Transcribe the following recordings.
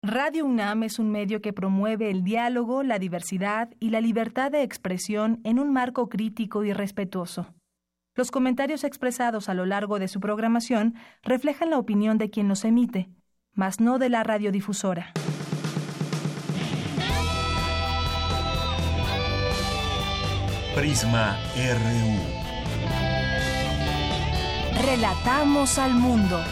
Radio UNAM es un medio que promueve el diálogo, la diversidad y la libertad de expresión en un marco crítico y respetuoso. Los comentarios expresados a lo largo de su programación reflejan la opinión de quien los emite, mas no de la radiodifusora. Prisma RU. Relatamos al mundo.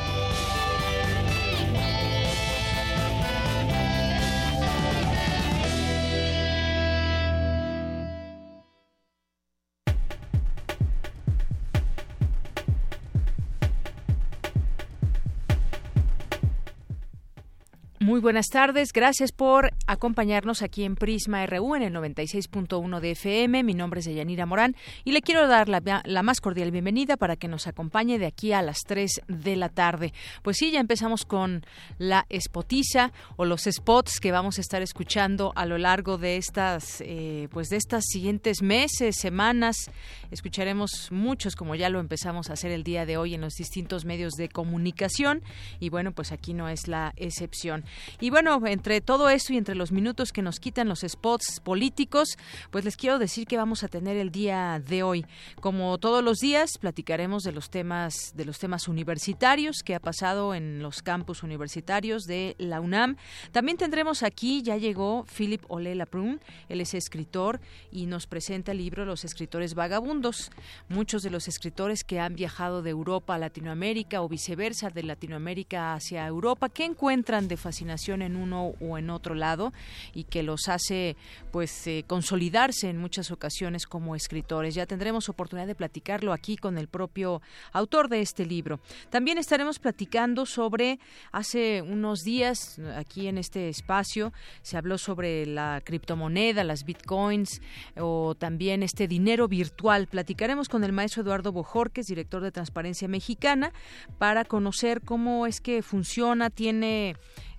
Muy buenas tardes, gracias por acompañarnos aquí en Prisma RU en el 96.1 de FM. Mi nombre es Deyanira Morán y le quiero dar la más cordial bienvenida para que nos acompañe de aquí a las 3 de la tarde. Pues sí, ya empezamos con la spotiza o los spots que vamos a estar escuchando a lo largo de estas siguientes meses, semanas. Escucharemos muchos, como ya lo empezamos a hacer el día de hoy en los distintos medios de comunicación, y bueno, pues aquí no es la excepción. Y bueno, entre todo esto y entre los minutos que nos quitan los spots políticos, pues les quiero decir que vamos a tener el día de hoy. Como todos los días, platicaremos de los temas universitarios que ha pasado en los campus universitarios de la UNAM. También tendremos aquí, ya llegó Philippe Aulet-Labrun, él es escritor y nos presenta el libro Los escritores vagabundos. Muchos de los escritores que han viajado de Europa a Latinoamérica o viceversa, de Latinoamérica hacia Europa, ¿qué encuentran de fascinación en uno o en otro lado y que los hace consolidarse en muchas ocasiones como escritores? Ya tendremos oportunidad de platicarlo aquí con el propio autor de este libro. También estaremos platicando sobre, hace unos días aquí en este espacio se habló sobre la criptomoneda, las bitcoins o también este dinero virtual. Platicaremos con el maestro Eduardo Bojorquez, director de Transparencia Mexicana, para conocer cómo es que funciona, tiene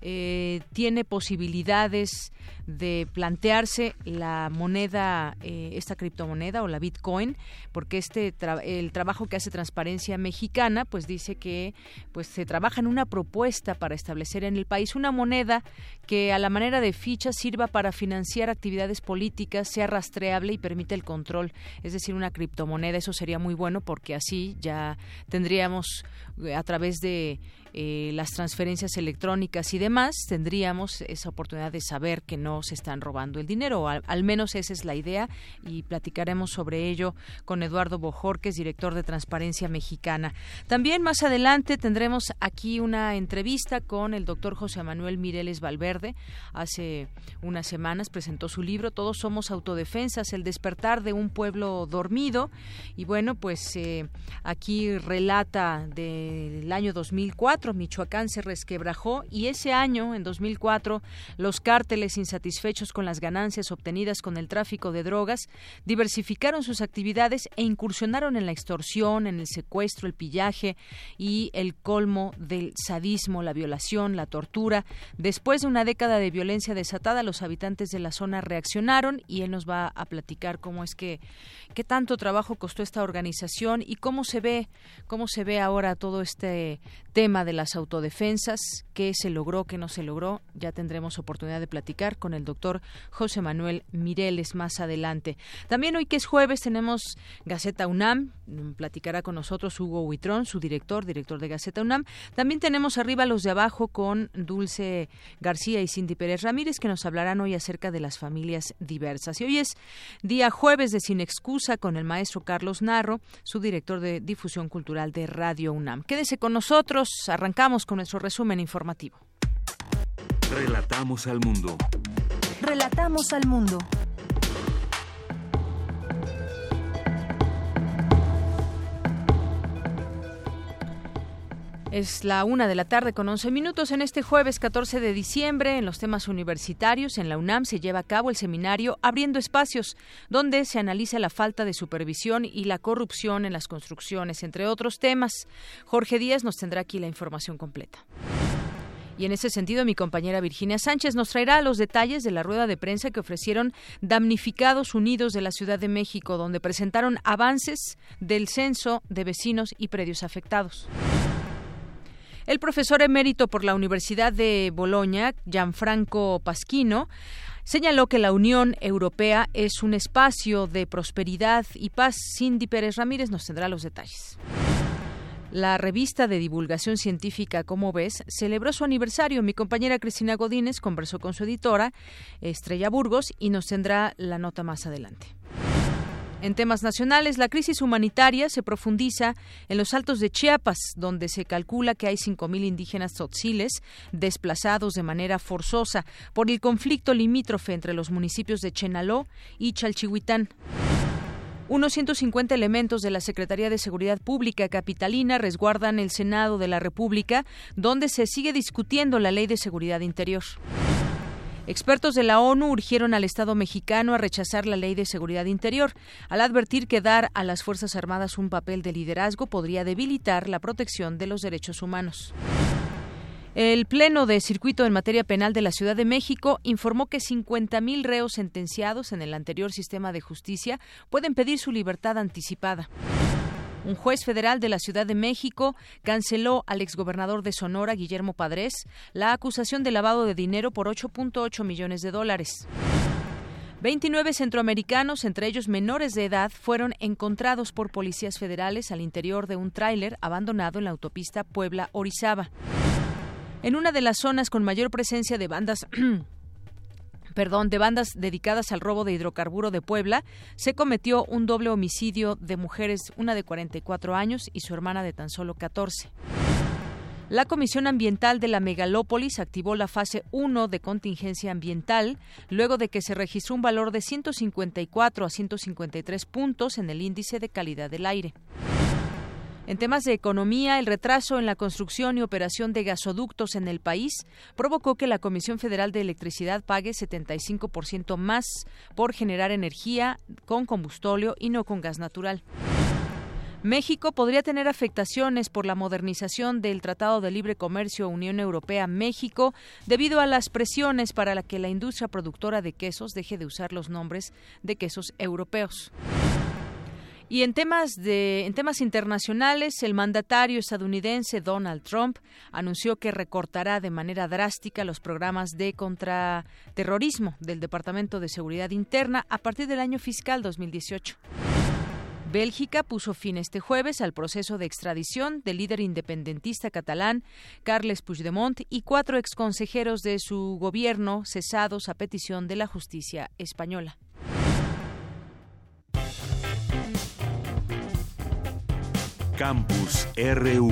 posibilidades de plantearse la moneda, esta criptomoneda o la Bitcoin, porque el trabajo que hace Transparencia Mexicana, pues dice que pues se trabaja en una propuesta para establecer en el país una moneda que a la manera de ficha sirva para financiar actividades políticas, sea rastreable y permita el control, es decir, una criptomoneda. Eso sería muy bueno porque así ya tendríamos a través de las transferencias electrónicas y demás, tendríamos esa oportunidad de saber que no se están robando el dinero, o al menos esa es la idea, y platicaremos sobre ello con Eduardo Bojorquez, director de Transparencia Mexicana. También más adelante tendremos aquí una entrevista con el doctor José Manuel Mireles Valverde. Hace unas semanas presentó su libro Todos somos autodefensas, el despertar de un pueblo dormido, y bueno, pues aquí relata del año 2004, Michoacán se resquebrajó y ese año, en 2004, los cárteles insatisfechos con las ganancias obtenidas con el tráfico de drogas diversificaron sus actividades e incursionaron en la extorsión, en el secuestro, el pillaje y el colmo del sadismo, la violación, la tortura. Después de una década de violencia desatada, los habitantes de la zona reaccionaron y él nos va a platicar qué tanto trabajo costó esta organización y cómo se ve ahora todo este tema de las autodefensas, qué se logró, qué no se logró. Ya tendremos oportunidad de platicar con el doctor José Manuel Mireles más adelante. También hoy, que es jueves, tenemos Gaceta UNAM, platicará con nosotros Hugo Huitrón, su director de Gaceta UNAM. También tenemos Arriba los de Abajo con Dulce García y Cindy Pérez Ramírez, que nos hablarán hoy acerca de las familias diversas. Y hoy es día jueves de Sin Excusa con el maestro Carlos Narro, su director de Difusión Cultural de Radio UNAM. Quédese con nosotros, arrancamos con nuestro resumen informativo. Relatamos al mundo. Relatamos al mundo. Es la 1:11 p.m. en este jueves 14 de diciembre. En los temas universitarios, en la UNAM se lleva a cabo el seminario Abriendo Espacios, donde se analiza la falta de supervisión y la corrupción en las construcciones, entre otros temas. Jorge Díaz nos tendrá aquí la información completa. Y en ese sentido, mi compañera Virginia Sánchez nos traerá los detalles de la rueda de prensa que ofrecieron Damnificados Unidos de la Ciudad de México, donde presentaron avances del censo de vecinos y predios afectados. El profesor emérito por la Universidad de Bolonia, Gianfranco Pasquino, señaló que la Unión Europea es un espacio de prosperidad y paz. Cindy Pérez Ramírez nos tendrá los detalles. La revista de divulgación científica Cómo ves celebró su aniversario. Mi compañera Cristina Godínez conversó con su editora, Estrella Burgos, y nos tendrá la nota más adelante. En temas nacionales, la crisis humanitaria se profundiza en los Altos de Chiapas, donde se calcula que hay 5,000 indígenas tzotziles desplazados de manera forzosa por el conflicto limítrofe entre los municipios de Chenaló y Chalchihuitán. Unos 150 elementos de la Secretaría de Seguridad Pública capitalina resguardan el Senado de la República, donde se sigue discutiendo la Ley de Seguridad Interior. Expertos de la ONU urgieron al Estado mexicano a rechazar la Ley de Seguridad Interior, al advertir que dar a las Fuerzas Armadas un papel de liderazgo podría debilitar la protección de los derechos humanos. El Pleno de Circuito en materia penal de la Ciudad de México informó que 50,000 reos sentenciados en el anterior sistema de justicia pueden pedir su libertad anticipada. Un juez federal de la Ciudad de México canceló al exgobernador de Sonora, Guillermo Padres, la acusación de lavado de dinero por $8.8 millones. 29 centroamericanos, entre ellos menores de edad, fueron encontrados por policías federales al interior de un tráiler abandonado en la autopista Puebla-Orizaba. En una de las zonas con mayor presencia de bandas dedicadas al robo de hidrocarburo de Puebla, se cometió un doble homicidio de mujeres, una de 44 años y su hermana de tan solo 14. La Comisión Ambiental de la Megalópolis activó la fase 1 de contingencia ambiental, luego de que se registró un valor de 154 a 153 puntos en el índice de calidad del aire. En temas de economía, el retraso en la construcción y operación de gasoductos en el país provocó que la Comisión Federal de Electricidad pague 75% más por generar energía con combustóleo y no con gas natural. México podría tener afectaciones por la modernización del Tratado de Libre Comercio Unión Europea-México debido a las presiones para que la industria productora de quesos deje de usar los nombres de quesos europeos. Y en temas internacionales, el mandatario estadounidense Donald Trump anunció que recortará de manera drástica los programas de contraterrorismo del Departamento de Seguridad Interna a partir del año fiscal 2018. Bélgica puso fin este jueves al proceso de extradición del líder independentista catalán Carles Puigdemont y 4 exconsejeros de su gobierno cesados a petición de la justicia española. Campus RU.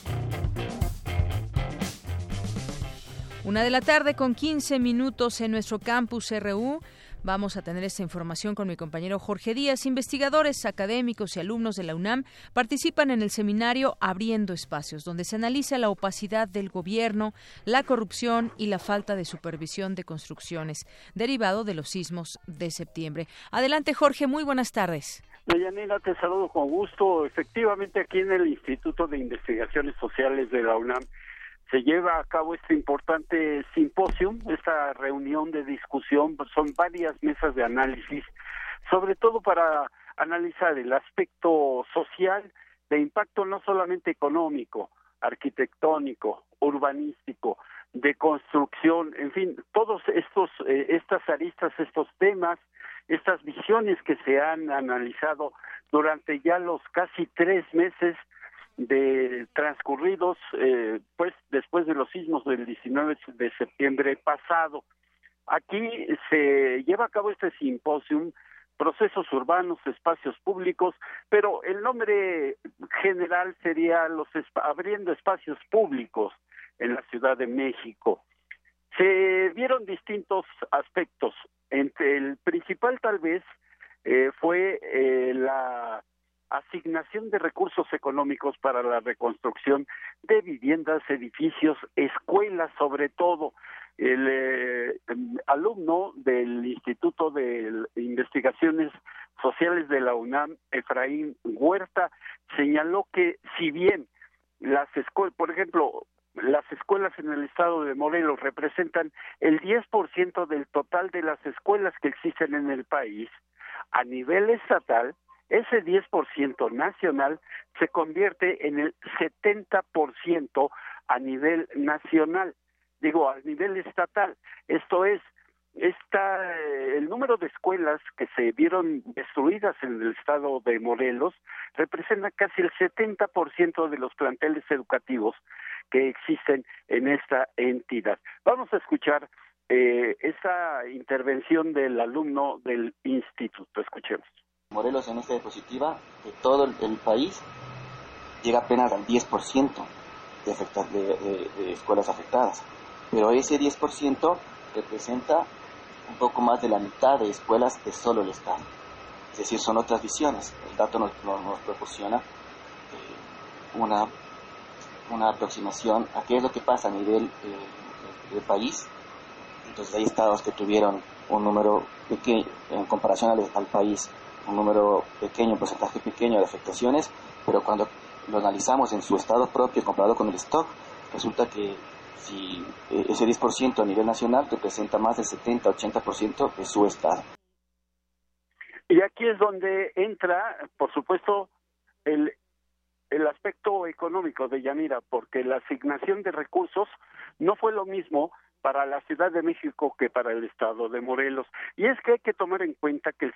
1:15 p.m. en nuestro Campus RU. Vamos a tener esta información con mi compañero Jorge Díaz. Investigadores, académicos y alumnos de la UNAM participan en el seminario Abriendo Espacios, donde se analiza la opacidad del gobierno, la corrupción y la falta de supervisión de construcciones, derivado de los sismos de septiembre. Adelante, Jorge, muy buenas tardes. Deyanira, te saludo con gusto. Efectivamente, aquí en el Instituto de Investigaciones Sociales de la UNAM se lleva a cabo este importante simposio, esta reunión de discusión. Son varias mesas de análisis, sobre todo para analizar el aspecto social de impacto no solamente económico, arquitectónico, urbanístico, de construcción, en fin, todos estas aristas, estos temas, estas visiones que se han analizado durante ya los casi 3 meses de transcurridos, pues después de los sismos del 19 de septiembre pasado. Aquí se lleva a cabo este simposium, procesos urbanos, espacios públicos, pero el nombre general sería abriendo espacios públicos en la Ciudad de México. Se vieron distintos aspectos. Entre el principal tal vez fue la asignación de recursos económicos para la reconstrucción de viviendas, edificios, escuelas, sobre todo. El alumno del Instituto de Investigaciones Sociales de la UNAM, Efraín Huerta, señaló que si bien las escuelas, por ejemplo, las escuelas en el estado de Morelos representan el 10% del total de las escuelas que existen en el país, a nivel estatal, ese 10% nacional se convierte en el 70% a nivel nacional, a nivel estatal. Esto es, el número de escuelas que se vieron destruidas en el estado de Morelos representa casi el 70% de los planteles educativos que existen en esta entidad. Vamos a escuchar esa intervención del alumno del instituto. Escuchemos. Morelos en esta diapositiva de todo el país llega apenas al 10% de escuelas afectadas, pero ese 10% representa un poco más de la mitad de escuelas de solo el estado. Es decir, son otras visiones. El dato nos proporciona una aproximación a qué es lo que pasa a nivel del país. Entonces hay estados que tuvieron un número pequeño, en comparación al país, un número pequeño, un porcentaje pequeño de afectaciones, pero cuando lo analizamos en su estado propio comparado con el stock, resulta que si ese 10% a nivel nacional representa más del 70-80% de su estado. Y aquí es donde entra, por supuesto, el aspecto económico de Yanira, porque la asignación de recursos no fue lo mismo para la Ciudad de México que para el estado de Morelos. Y es que hay que tomar en cuenta que el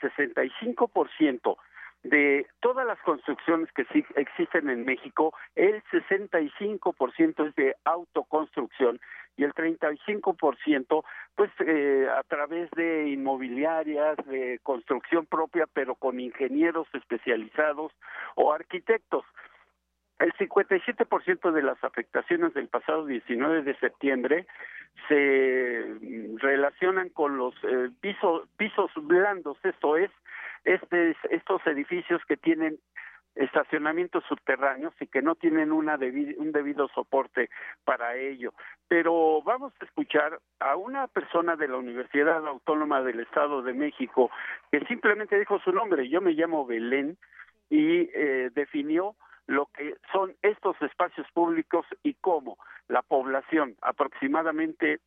65% de todas las construcciones que sí existen en México, el 65% es de autoconstrucción y el 35% pues a través de inmobiliarias, de construcción propia, pero con ingenieros especializados o arquitectos. El 57% de las afectaciones del pasado 19 de septiembre se relacionan con los pisos blandos, esto es, estos edificios que tienen estacionamientos subterráneos y que no tienen un debido soporte para ello. Pero vamos a escuchar a una persona de la Universidad Autónoma del Estado de México que simplemente dijo su nombre, yo me llamo Belén, y definió lo que son estos espacios públicos y cómo la población, aproximadamente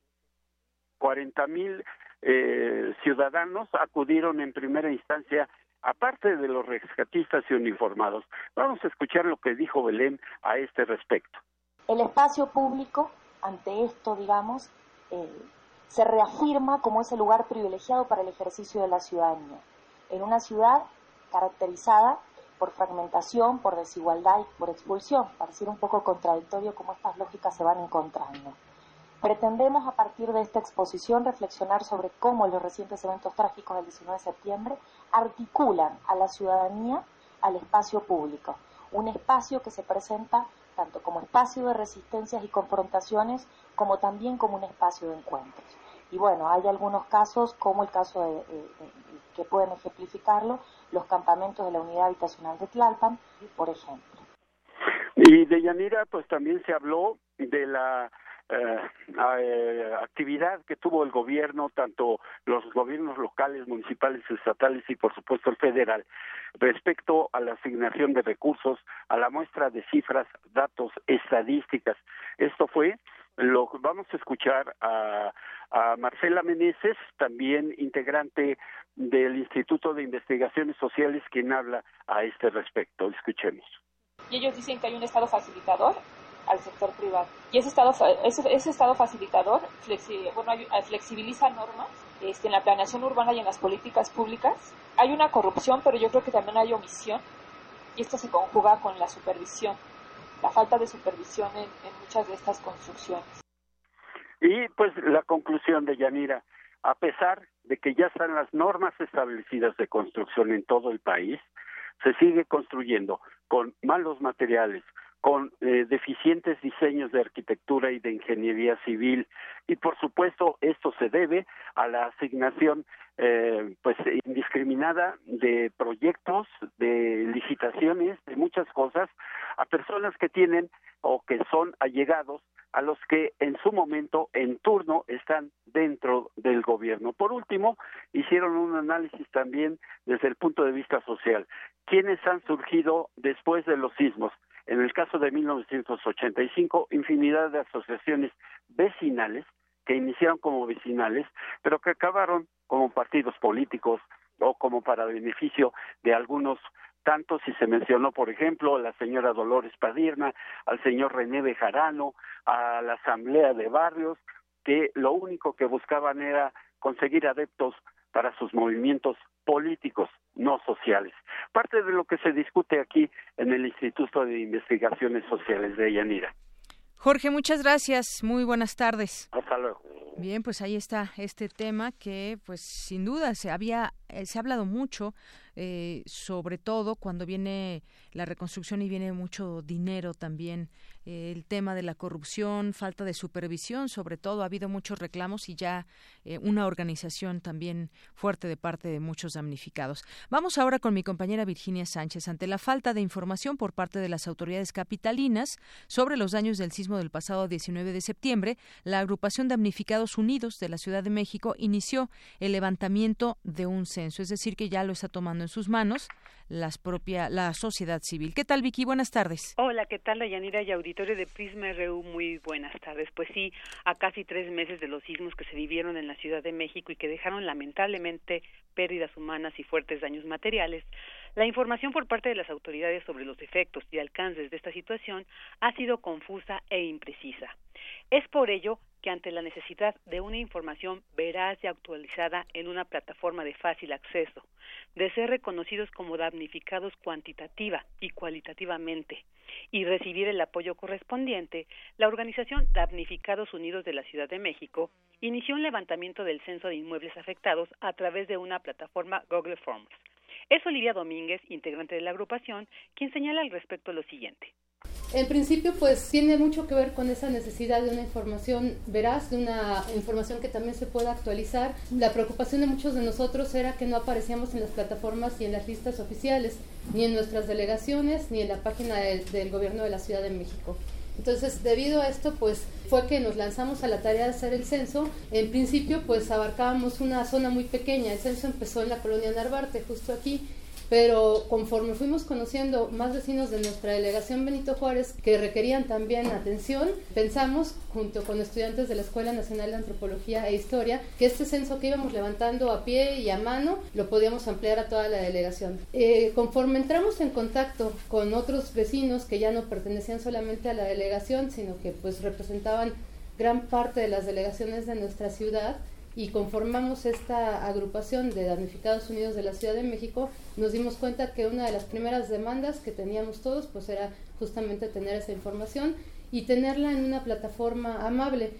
40,000 ciudadanos acudieron en primera instancia, aparte de los rescatistas y uniformados. Vamos a escuchar lo que dijo Belén a este respecto. El espacio público, ante esto, digamos, se reafirma como ese lugar privilegiado para el ejercicio de la ciudadanía, en una ciudad caracterizada por fragmentación, por desigualdad y por expulsión. Pareciera un poco contradictorio cómo estas lógicas se van encontrando. Pretendemos a partir de esta exposición reflexionar sobre cómo los recientes eventos trágicos del 19 de septiembre articulan a la ciudadanía al espacio público, un espacio que se presenta tanto como espacio de resistencias y confrontaciones como también como un espacio de encuentros. Y bueno, hay algunos casos, como el caso que pueden ejemplificarlo, los campamentos de la Unidad Habitacional de Tlalpan, por ejemplo. Y de Yanira, pues también se habló de la actividad que tuvo el gobierno, tanto los gobiernos locales, municipales, estatales y por supuesto el federal, respecto a la asignación de recursos, a la muestra de cifras, datos, estadísticas. Esto fue lo que vamos a escuchar a Marcela Meneses, también integrante del Instituto de Investigaciones Sociales, quien habla a este respecto. Escuchemos. Y ellos dicen que hay un estado facilitador al sector privado. Y ese estado facilitador flexibiliza normas en la planeación urbana y en las políticas públicas. Hay una corrupción, pero yo creo que también hay omisión, y esto se conjuga con la supervisión, la falta de supervisión en muchas de estas construcciones. Y pues la conclusión de Yanira, a pesar de que ya están las normas establecidas de construcción en todo el país, se sigue construyendo con malos materiales, con deficientes diseños de arquitectura y de ingeniería civil, y por supuesto esto se debe a la asignación pues indiscriminada de proyectos, de licitaciones, de muchas cosas a personas que tienen o que son allegados a los que en su momento, en turno, están dentro del gobierno. Por último, hicieron un análisis también desde el punto de vista social. ¿Quiénes han surgido después de los sismos? En el caso de 1985, infinidad de asociaciones vecinales que iniciaron como vecinales, pero que acabaron como partidos políticos o como para beneficio de algunos tanto si se mencionó, por ejemplo, a la señora Dolores Padierna, al señor René Bejarano, a la Asamblea de Barrios, que lo único que buscaban era conseguir adeptos para sus movimientos políticos, no sociales. Parte de lo que se discute aquí en el Instituto de Investigaciones Sociales de Yanira. Jorge, muchas gracias. Muy buenas tardes. Hasta luego. Bien, pues ahí está este tema que, pues, sin duda se ha hablado mucho, sobre todo cuando viene la reconstrucción y viene mucho dinero también, el tema de la corrupción, falta de supervisión, sobre todo ha habido muchos reclamos y ya una organización también fuerte de parte de muchos damnificados. Vamos ahora con mi compañera Virginia Sánchez. Ante la falta de información por parte de las autoridades capitalinas sobre los daños del sismo del pasado 19 de septiembre, la agrupación Damnificados Unidos de la Ciudad de México inició el levantamiento de un censo, es decir, que ya lo está tomando en sus manos la sociedad civil. ¿Qué tal, Vicky? Buenas tardes. Hola, ¿qué tal, Yanira y auditorio de Prisma RU? Muy buenas tardes. Pues sí, a casi 3 meses de los sismos que se vivieron en la Ciudad de México y que dejaron lamentablemente pérdidas humanas y fuertes daños materiales, la información por parte de las autoridades sobre los efectos y alcances de esta situación ha sido confusa e imprecisa. Es por ello que ante la necesidad de una información veraz y actualizada en una plataforma de fácil acceso, de ser reconocidos como damnificados cuantitativa y cualitativamente y recibir el apoyo correspondiente, la organización Damnificados Unidos de la Ciudad de México inició un levantamiento del censo de inmuebles afectados a través de una plataforma Google Forms. Es Olivia Domínguez, integrante de la agrupación, quien señala al respecto lo siguiente. En principio, pues tiene mucho que ver con esa necesidad de una información veraz, de una información que también se pueda actualizar. La preocupación de muchos de nosotros era que no aparecíamos en las plataformas y en las listas oficiales, ni en nuestras delegaciones, ni en la página del Gobierno de la Ciudad de México. Entonces, debido a esto, pues fue que nos lanzamos a la tarea de hacer el censo. En principio, pues abarcábamos una zona muy pequeña. El censo empezó en la colonia Narvarte, justo aquí. Pero conforme fuimos conociendo más vecinos de nuestra delegación Benito Juárez que requerían también atención, pensamos, junto con estudiantes de la Escuela Nacional de Antropología e Historia, que este censo que íbamos levantando a pie y a mano lo podíamos ampliar a toda la delegación. Conforme entramos en contacto con otros vecinos que ya no pertenecían solamente a la delegación, sino que pues representaban gran parte de las delegaciones de nuestra ciudad, y conformamos esta agrupación de Damnificados Unidos de la Ciudad de México, nos dimos cuenta que una de las primeras demandas que teníamos todos pues era justamente tener esa información y tenerla en una plataforma amable.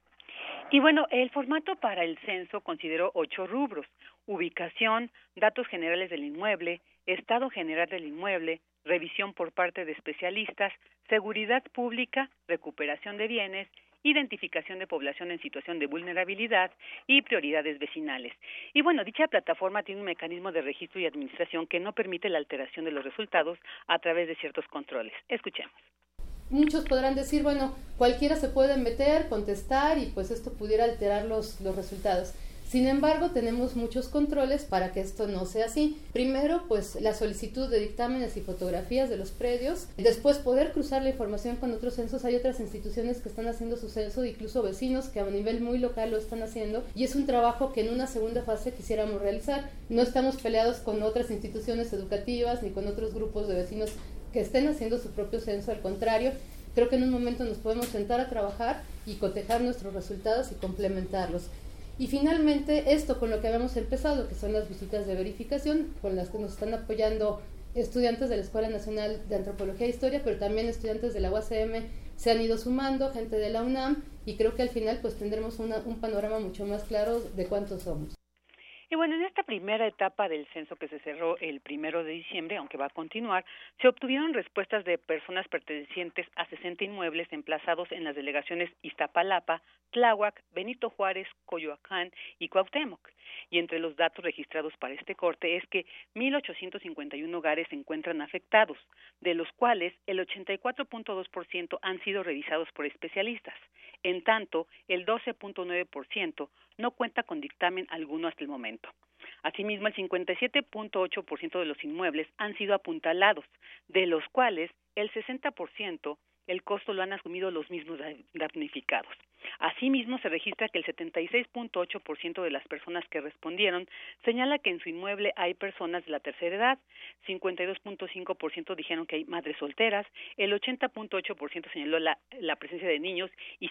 Y bueno, el formato para el censo consideró 8 rubros: ubicación, datos generales del inmueble, estado general del inmueble, revisión por parte de especialistas, seguridad pública, recuperación de bienes, identificación de población en situación de vulnerabilidad y prioridades vecinales. Y bueno, dicha plataforma tiene un mecanismo de registro y administración que no permite la alteración de los resultados a través de ciertos controles. Escuchemos. Muchos podrán decir, bueno, cualquiera se puede meter, contestar y pues esto pudiera alterar los resultados. Sin embargo, tenemos muchos controles para que esto no sea así. Primero, pues la solicitud de dictámenes y fotografías de los predios. Después, poder cruzar la información con otros censos. Hay otras instituciones que están haciendo su censo, incluso vecinos que a nivel muy local lo están haciendo. Y es un trabajo que en una segunda fase quisiéramos realizar. No estamos peleados con otras instituciones educativas ni con otros grupos de vecinos que estén haciendo su propio censo. Al contrario, creo que en un momento nos podemos sentar a trabajar y cotejar nuestros resultados y complementarlos. Y finalmente, esto con lo que habíamos empezado, que son las visitas de verificación, con las que nos están apoyando estudiantes de la Escuela Nacional de Antropología e Historia, pero también estudiantes de la UACM se han ido sumando, gente de la UNAM, y creo que al final pues tendremos un panorama mucho más claro de cuántos somos. Y bueno, en esta primera etapa del censo que se cerró el 1 de diciembre, aunque va a continuar, se obtuvieron respuestas de personas pertenecientes a 60 inmuebles emplazados en las delegaciones Iztapalapa, Tláhuac, Benito Juárez, Coyoacán y Cuauhtémoc. Y entre los datos registrados para este corte es que 1,851 hogares se encuentran afectados, de los cuales el 84.2% han sido revisados por especialistas. En tanto, el 12.9% no cuenta con dictamen alguno hasta el momento. Asimismo, el 57.8% de los inmuebles han sido apuntalados, de los cuales el 60% el costo lo han asumido los mismos damnificados. Asimismo, se registra que el 76.8% de las personas que respondieron señala que en su inmueble hay personas de la tercera edad, 52.5% dijeron que hay madres solteras, el 80.8% señaló la presencia de niños y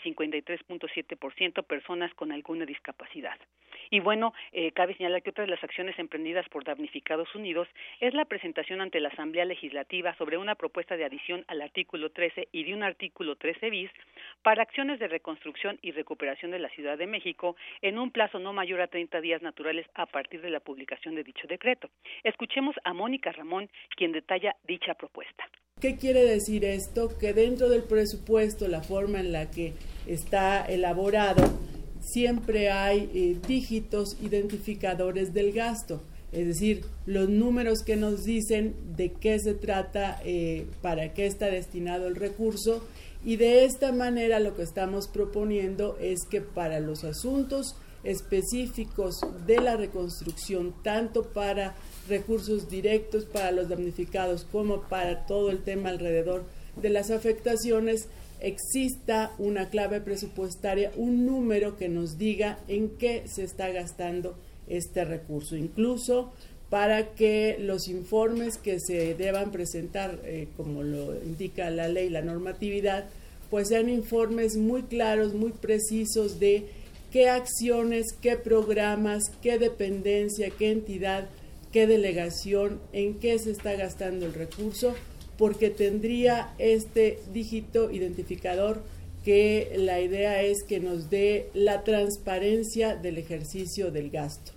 53.7% personas con alguna discapacidad. Y bueno, cabe señalar que otra de las acciones emprendidas por Damnificados Unidos es la presentación ante la Asamblea Legislativa sobre una propuesta de adición al artículo 13 y de un artículo 13 bis para acciones de reconstrucción y recuperación de la Ciudad de México en un plazo no mayor a 30 días naturales a partir de la publicación de dicho decreto. Escuchemos a Mónica Ramón, quien detalla dicha propuesta. ¿Qué quiere decir esto? Que dentro del presupuesto, la forma en la que está elaborado, siempre hay dígitos identificadores del gasto, es decir, los números que nos dicen de qué se trata, para qué está destinado el recurso, y de esta manera lo que estamos proponiendo es que para los asuntos específicos de la reconstrucción, tanto para recursos directos para los damnificados como para todo el tema alrededor de las afectaciones, exista una clave presupuestaria, un número que nos diga en qué se está gastando este recurso, incluso para que los informes que se deban presentar, como lo indica la ley, la normatividad, pues sean informes muy claros, muy precisos de qué acciones, qué programas, qué dependencia, qué entidad, qué delegación, en qué se está gastando el recurso, porque tendría este dígito identificador que la idea es que nos dé la transparencia del ejercicio del gasto.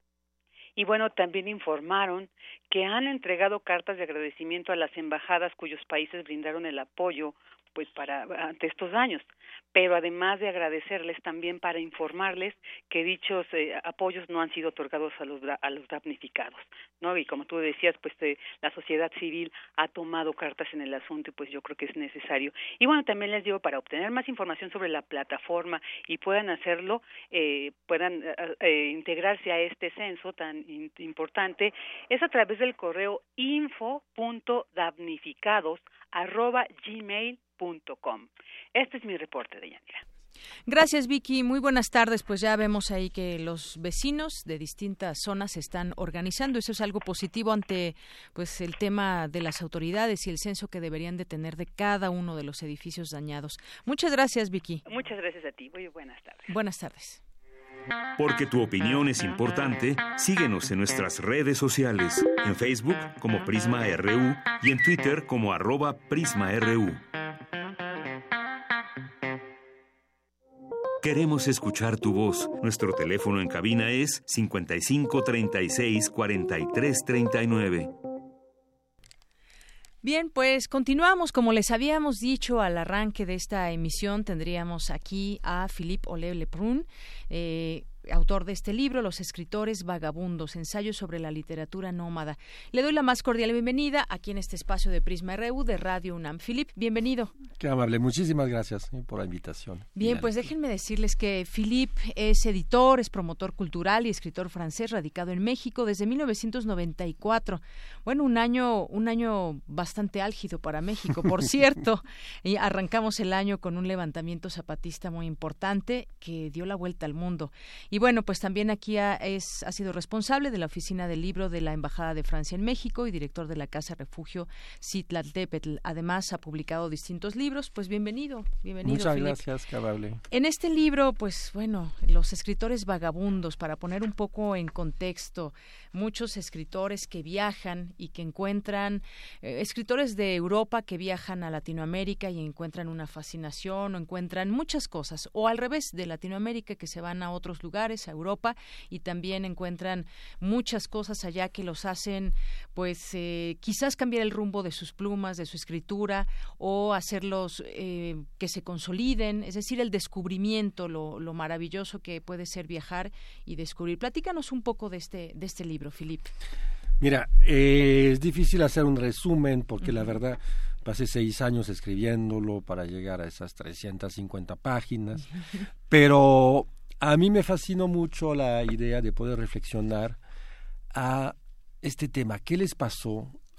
Y bueno, también informaron que han entregado cartas de agradecimiento a las embajadas cuyos países brindaron el apoyo pues ante estos daños, pero además de agradecerles, también para informarles que dichos apoyos no han sido otorgados a los damnificados, ¿no? Y como tú decías, pues la sociedad civil ha tomado cartas en el asunto y pues yo creo que es necesario. Y bueno, también les digo, para obtener más información sobre la plataforma y puedan hacerlo, puedan integrarse a este censo tan importante, es a través del correo info.damnificados@gmail.com. Este es mi reporte, Deyanira. Gracias, Vicky. Muy buenas tardes. Pues ya vemos ahí que los vecinos de distintas zonas se están organizando. Eso es algo positivo ante pues el tema de las autoridades y el censo que deberían de tener de cada uno de los edificios dañados. Muchas gracias, Vicky. Muchas gracias a ti. Muy buenas tardes. Buenas tardes. Porque tu opinión es importante, síguenos en nuestras redes sociales, en Facebook como Prisma RU y en Twitter como @PrismaRU. Queremos escuchar tu voz. Nuestro teléfono en cabina es 55 36 43 39. Bien, pues continuamos. Como les habíamos dicho al arranque de esta emisión, tendríamos aquí a Philippe Ollet-Lebrun, autor de este libro, Los escritores vagabundos, ensayos sobre la literatura nómada. Le doy la más cordial bienvenida aquí en este espacio de Prisma RU de Radio UNAM. Philippe, bienvenido. Qué amable, muchísimas gracias por la invitación. Bien, pues déjenme decirles que Philippe es editor, es promotor cultural y escritor francés radicado en México desde 1994. Bueno, un año bastante álgido para México, por cierto. Y arrancamos el año con un levantamiento zapatista muy importante que dio la vuelta al mundo. Y bueno, pues también aquí ha sido responsable de la oficina del libro de la Embajada de Francia en México y director de la Casa Refugio Citlaltépetl. Además, ha publicado distintos libros. Pues bienvenido. Muchas Philippe. Gracias, qué amable. En este libro, pues bueno, Los escritores vagabundos, para poner un poco en contexto, muchos escritores que viajan y que encuentran, escritores de Europa que viajan a Latinoamérica y encuentran una fascinación o encuentran muchas cosas, o al revés, de Latinoamérica que se van a otros lugares, a Europa, y también encuentran muchas cosas allá que los hacen, pues quizás cambiar el rumbo de sus plumas, de su escritura, o hacerlos que se consoliden, es decir, el descubrimiento, lo maravilloso que puede ser viajar y descubrir. Platícanos un poco de este libro, Philippe. Mira, es difícil hacer un resumen porque la verdad pasé 6 años escribiéndolo para llegar a esas 350 páginas, pero a mí me fascinó mucho la idea de poder reflexionar a este tema. ¿Qué les pasó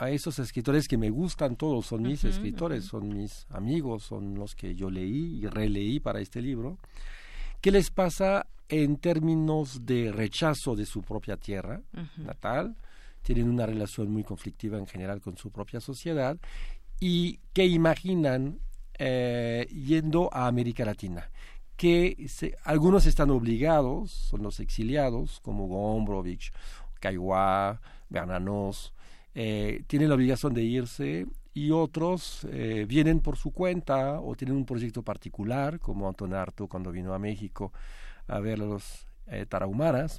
a esos escritores que me gustan todos, son mis escritores, son mis amigos, son los que yo leí y releí para este libro, ¿qué les pasa en términos de rechazo de su propia tierra natal? Tienen una relación muy conflictiva en general con su propia sociedad, y qué imaginan yendo a América Latina, que algunos están obligados, son los exiliados, como Gombrowicz, Caillois, Bernanos, tienen la obligación de irse, y otros vienen por su cuenta o tienen un proyecto particular, como Anton Artaud cuando vino a México a ver a los tarahumaras.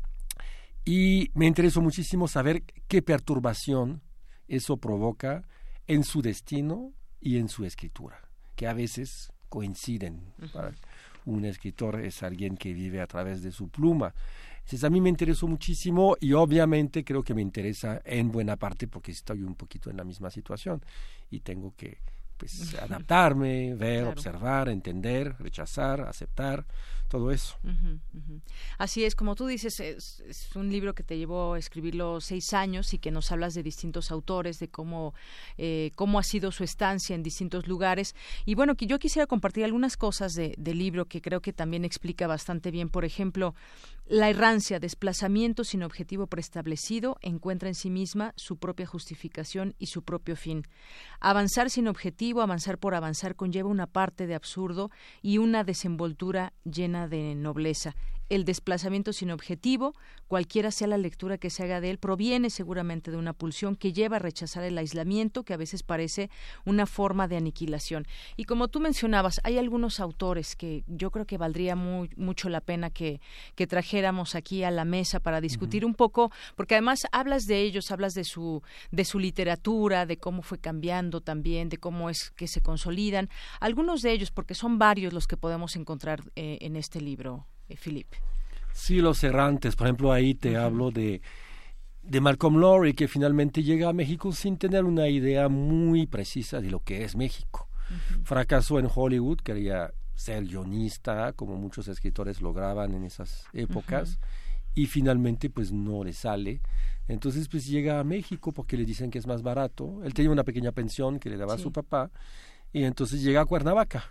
Y me interesó muchísimo saber qué perturbación eso provoca en su destino y en su escritura, que a veces coinciden. Para un escritor es alguien que vive a través de su pluma. Entonces a mí me interesó muchísimo, y obviamente creo que me interesa en buena parte porque estoy un poquito en la misma situación y tengo que adaptarme, ver, observar, entender, rechazar, aceptar, todo eso. Así es, como tú dices, es un libro que te llevó a escribirlo 6 años y que nos hablas de distintos autores, de cómo ha sido su estancia en distintos lugares. Y bueno, que yo quisiera compartir algunas cosas del libro que creo que también explica bastante bien. Por ejemplo, la errancia, desplazamiento sin objetivo preestablecido, encuentra en sí misma su propia justificación y su propio fin. Avanzar sin objetivo, avanzar por avanzar, conlleva una parte de absurdo y una desenvoltura llena de nobleza. El desplazamiento sin objetivo, cualquiera sea la lectura que se haga de él, proviene seguramente de una pulsión que lleva a rechazar el aislamiento, que a veces parece una forma de aniquilación. Y como tú mencionabas, hay algunos autores que yo creo que valdría mucho la pena que trajéramos aquí a la mesa para discutir un poco, porque además hablas de ellos, hablas de su literatura, de cómo fue cambiando también, de cómo es que se consolidan. Algunos de ellos, porque son varios los que podemos encontrar en este libro. Philippe. Sí, los errantes. Por ejemplo, ahí te hablo de Malcolm Lowry, que finalmente llega a México sin tener una idea muy precisa de lo que es México. Fracasó en Hollywood, quería ser guionista, como muchos escritores lograban en esas épocas, y finalmente pues no le sale. Entonces pues llega a México porque le dicen que es más barato. Él tenía una pequeña pensión que le daba a su papá, y entonces llega a Cuernavaca.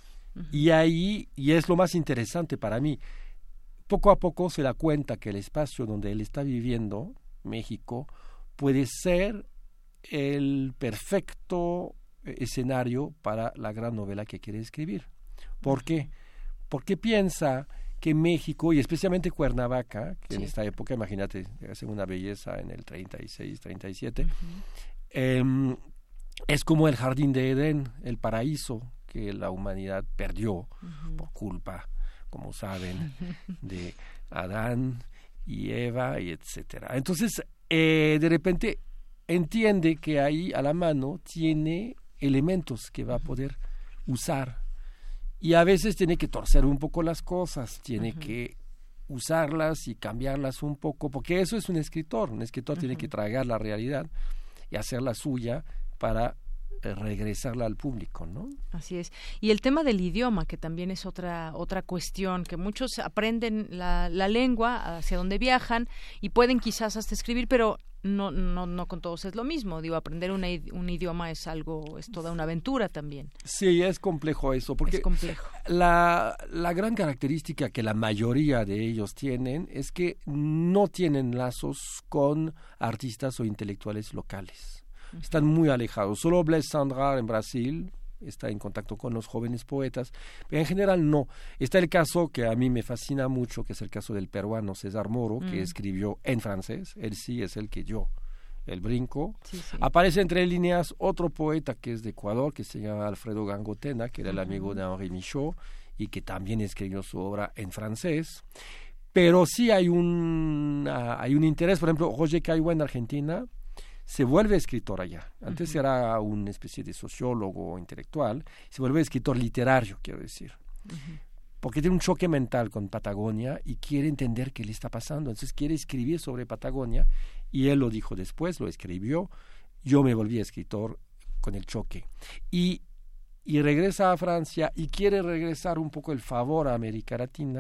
Y ahí, y es lo más interesante para mí, poco a poco se da cuenta que el espacio donde él está viviendo, México, puede ser el perfecto escenario para la gran novela que quiere escribir. ¿Por qué? Porque piensa que México, y especialmente Cuernavaca, que en esta época, imagínate, hace una belleza en el 36, 37, es como el jardín de Edén, el paraíso que la humanidad perdió por culpa, como saben, de Adán y Eva, y etcétera. Entonces, de repente entiende que ahí a la mano tiene elementos que va a poder usar, y a veces tiene que torcer un poco las cosas, tiene que usarlas y cambiarlas un poco, porque eso es un escritor tiene que tragar la realidad y hacerla suya para regresarla al público, ¿no? Así es. Y el tema del idioma, que también es otra cuestión, que muchos aprenden la lengua hacia donde viajan y pueden quizás hasta escribir, pero no con todos es lo mismo. Digo, aprender un idioma es toda una aventura también. Sí, es complejo eso, porque es complejo. La gran característica que la mayoría de ellos tienen es que no tienen lazos con artistas o intelectuales locales. Están muy alejados. Solo Blaise Cendrars en Brasil está en contacto con los jóvenes poetas, pero en general no. Está el caso que a mí me fascina mucho, que es el caso del peruano César Moro, que escribió en francés. Él sí es el que dio el brinco. Sí. Aparece entre líneas otro poeta que es de Ecuador, que se llama Alfredo Gangotena, que era el amigo de Henri Michaud, y que también escribió su obra en francés. Pero sí hay un interés. Por ejemplo, Roger Caillois en Argentina se vuelve escritor allá. Antes era una especie de sociólogo intelectual, se vuelve escritor literario, quiero decir. Porque tiene un choque mental con Patagonia y quiere entender qué le está pasando. Entonces quiere escribir sobre Patagonia, y él lo dijo después, lo escribió. Yo me volví escritor con el choque. Y regresa a Francia y quiere regresar un poco el favor a América Latina,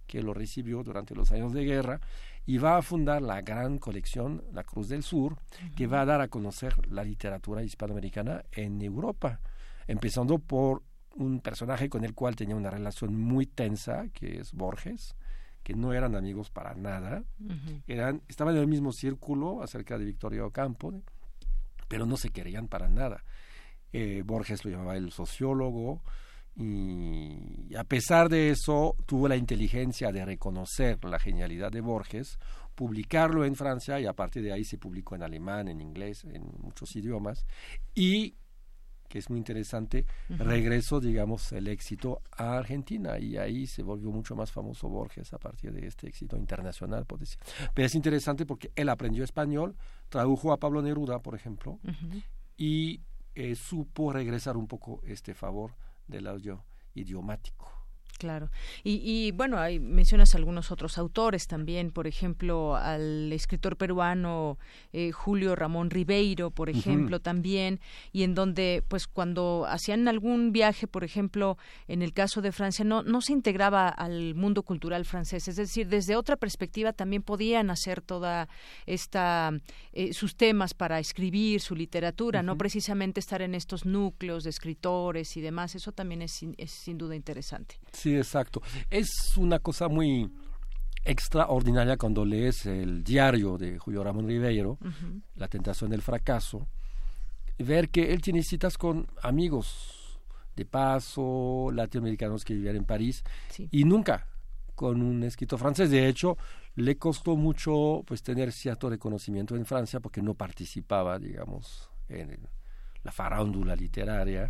que lo recibió durante los años de guerra, y va a fundar la gran colección La Cruz del Sur, que va a dar a conocer la literatura hispanoamericana en Europa, empezando por un personaje con el cual tenía una relación muy tensa, que es Borges, que no eran amigos para nada, estaban en el mismo círculo acerca de Victorio Ocampo, pero no se querían para nada. Borges lo llamaba el sociólogo, y a pesar de eso tuvo la inteligencia de reconocer la genialidad de Borges, publicarlo en Francia, y a partir de ahí se publicó en alemán, en inglés, en muchos idiomas, y que es muy interesante, regresó, digamos, el éxito a Argentina, y ahí se volvió mucho más famoso Borges a partir de este éxito internacional, por decir. Pero es interesante porque él aprendió español, tradujo a Pablo Neruda, por ejemplo, y supo regresar un poco este favor del audio idiomático. Claro. Y bueno, ahí mencionas algunos otros autores también, por ejemplo, al escritor peruano Julio Ramón Ribeiro, por ejemplo, también, y en donde, pues, cuando hacían algún viaje, por ejemplo, en el caso de Francia, no se integraba al mundo cultural francés, es decir, desde otra perspectiva también podían hacer toda esta, sus temas para escribir su literatura, no precisamente estar en estos núcleos de escritores y demás, eso también es sin duda interesante. Sí, exacto. Es una cosa muy extraordinaria cuando lees el diario de Julio Ramón Ribeiro, La tentación del fracaso, ver que él tiene citas con amigos de paso, latinoamericanos que vivían en París, y nunca con un escritor francés. De hecho, le costó mucho, pues, tener cierto reconocimiento en Francia porque no participaba, digamos, en la farándula literaria,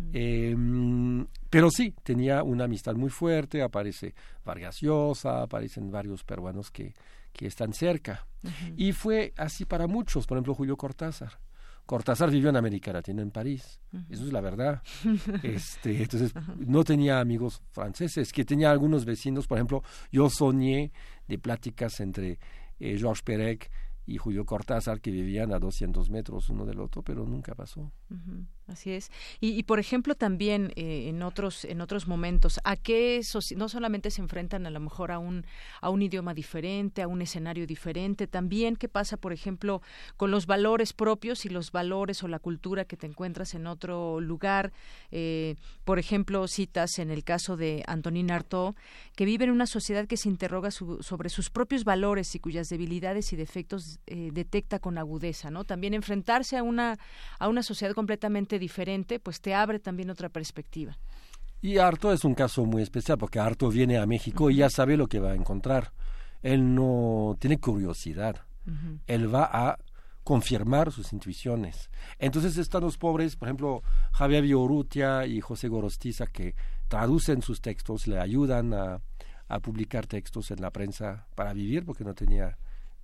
pero sí, tenía una amistad muy fuerte. Aparece Vargas Llosa, aparecen varios peruanos que están cerca, y fue así para muchos. Por ejemplo, Julio Cortázar. Cortázar vivió en América Latina, en París, eso es la verdad. Entonces, no tenía amigos franceses, que tenía algunos vecinos. Por ejemplo, yo soñé de pláticas entre Georges Perec y Julio Cortázar, que vivían a 200 metros uno del otro, pero nunca pasó. Así es. Y por ejemplo, también en otros momentos, ¿a qué no solamente se enfrentan a lo mejor a un idioma diferente, a un escenario diferente? También, ¿qué pasa, por ejemplo, con los valores propios y los valores o la cultura que te encuentras en otro lugar? Por ejemplo, citas en el caso de Antonin Artaud, que vive en una sociedad que se interroga sobre sus propios valores y cuyas debilidades y defectos detecta con agudeza, ¿no? También enfrentarse a una sociedad completamente diferente, pues te abre también otra perspectiva. Y Artaud es un caso muy especial, porque Artaud viene a México y ya sabe lo que va a encontrar. Él no tiene curiosidad. Él va a confirmar sus intuiciones. Entonces están los pobres, por ejemplo, Javier Villaurrutia y José Gorostiza, que traducen sus textos, le ayudan a publicar textos en la prensa para vivir, porque no tenía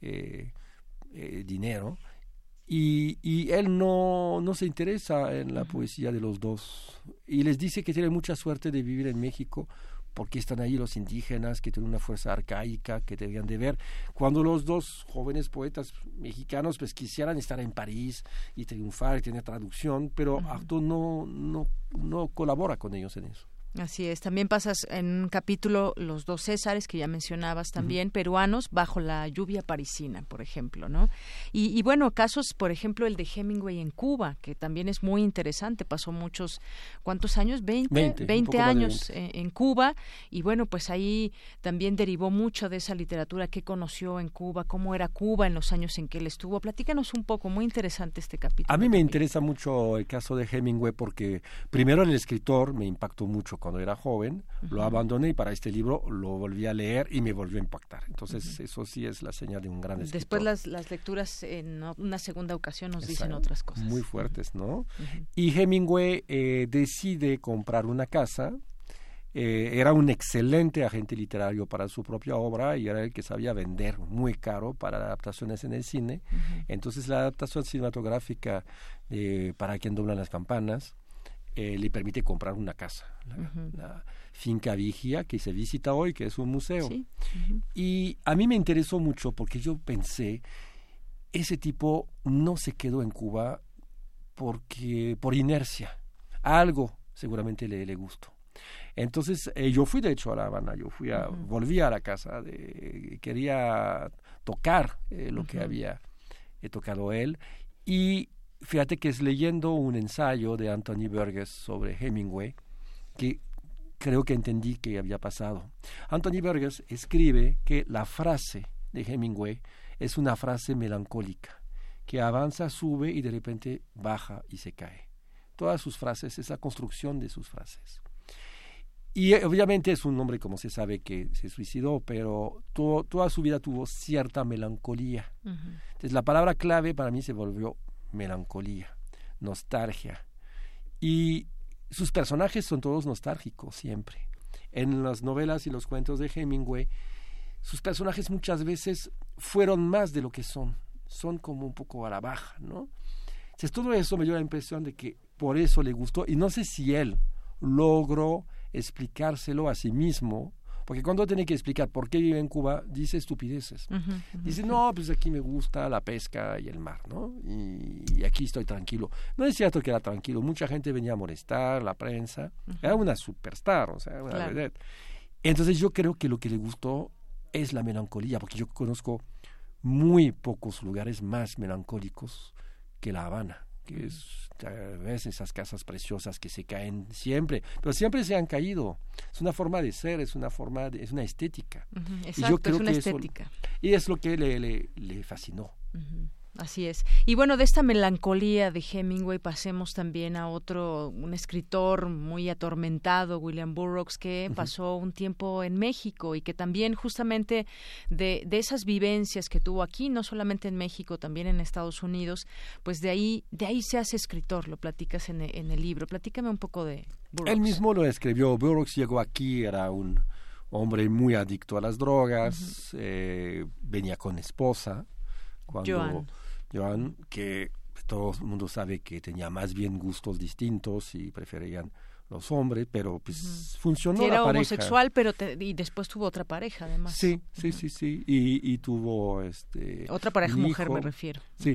dinero, y él no se interesa en la poesía de los dos, y les dice que tiene mucha suerte de vivir en México porque están ahí los indígenas, que tienen una fuerza arcaica que debían de ver, cuando los dos jóvenes poetas mexicanos pues quisieran estar en París y triunfar y tener traducción, pero Artaud no colabora con ellos en eso. Así es. También pasas en un capítulo los dos Césares que ya mencionabas también, peruanos bajo la lluvia parisina, por ejemplo, ¿no? Y bueno, casos, por ejemplo, el de Hemingway en Cuba, que también es muy interesante. Pasó ¿cuántos años? 20 años en Cuba, y bueno, pues ahí también derivó mucho de esa literatura que conoció en Cuba, cómo era Cuba en los años en que él estuvo. Platícanos un poco, muy interesante este capítulo. A mí me interesa mucho el caso de Hemingway porque primero el escritor me impactó mucho cuando era joven, lo abandoné y para este libro lo volví a leer y me volvió a impactar. Entonces eso sí es la señal de un gran escritor. Después las lecturas en una segunda ocasión nos dicen otras cosas. Muy fuertes, ¿no? Y Hemingway decide comprar una casa. Era un excelente agente literario para su propia obra y era el que sabía vender muy caro para adaptaciones en el cine. Entonces la adaptación cinematográfica Para quien doblan las campanas le permite comprar una casa, la Finca Vigia, que se visita hoy, que es un museo. Sí. Y a mí me interesó mucho porque yo pensé, ese tipo no se quedó en Cuba por inercia. Algo seguramente le gustó. Entonces, yo fui de hecho a La Habana, volví a la casa, quería tocar lo que había tocado él, y fíjate que es leyendo un ensayo de Anthony Burgess sobre Hemingway que creo que entendí qué había pasado. Anthony Burgess escribe que la frase de Hemingway es una frase melancólica, que avanza, sube y de repente baja y se cae. Todas sus frases, esa construcción de sus frases. Y obviamente es un hombre, como se sabe, que se suicidó, pero toda su vida tuvo cierta melancolía. Entonces la palabra clave para mí se volvió melancolía, nostalgia. Y sus personajes son todos nostálgicos siempre. En las novelas y los cuentos de Hemingway, sus personajes muchas veces fueron más de lo que son como un poco a la baja, ¿no? Entonces todo eso me dio la impresión de que por eso le gustó, y no sé si él logró explicárselo a sí mismo, porque cuando tiene que explicar por qué vive en Cuba, dice estupideces. Dice, no, pues aquí me gusta la pesca y el mar, ¿no? Y aquí estoy tranquilo. No es cierto que era tranquilo, mucha gente venía a molestar, la prensa, era una superstar, o sea, una vedette. Entonces yo creo que lo que le gustó es la melancolía, porque yo conozco muy pocos lugares más melancólicos que La Habana, que ves esas casas preciosas que se caen siempre, pero siempre se han caído. Es una forma de ser, es una estética. Exacto, y yo creo es una que estética. Y es lo que le fascinó. Así es. Y bueno, de esta melancolía de Hemingway pasemos también a un escritor muy atormentado, William Burroughs, que pasó un tiempo en México y que también justamente de esas vivencias que tuvo aquí, no solamente en México, también en Estados Unidos, pues de ahí se hace escritor, lo platicas en el libro. Platícame un poco de Burroughs. Él mismo lo escribió. Burroughs llegó aquí, era un hombre muy adicto a las drogas, venía con esposa, Joan, que todo el mundo sabe que tenía más bien gustos distintos y preferían los hombres, pero pues funcionó la pareja. Era homosexual, pero y después tuvo otra pareja, además. Sí. Y tuvo otra pareja mujer, me refiero. Sí.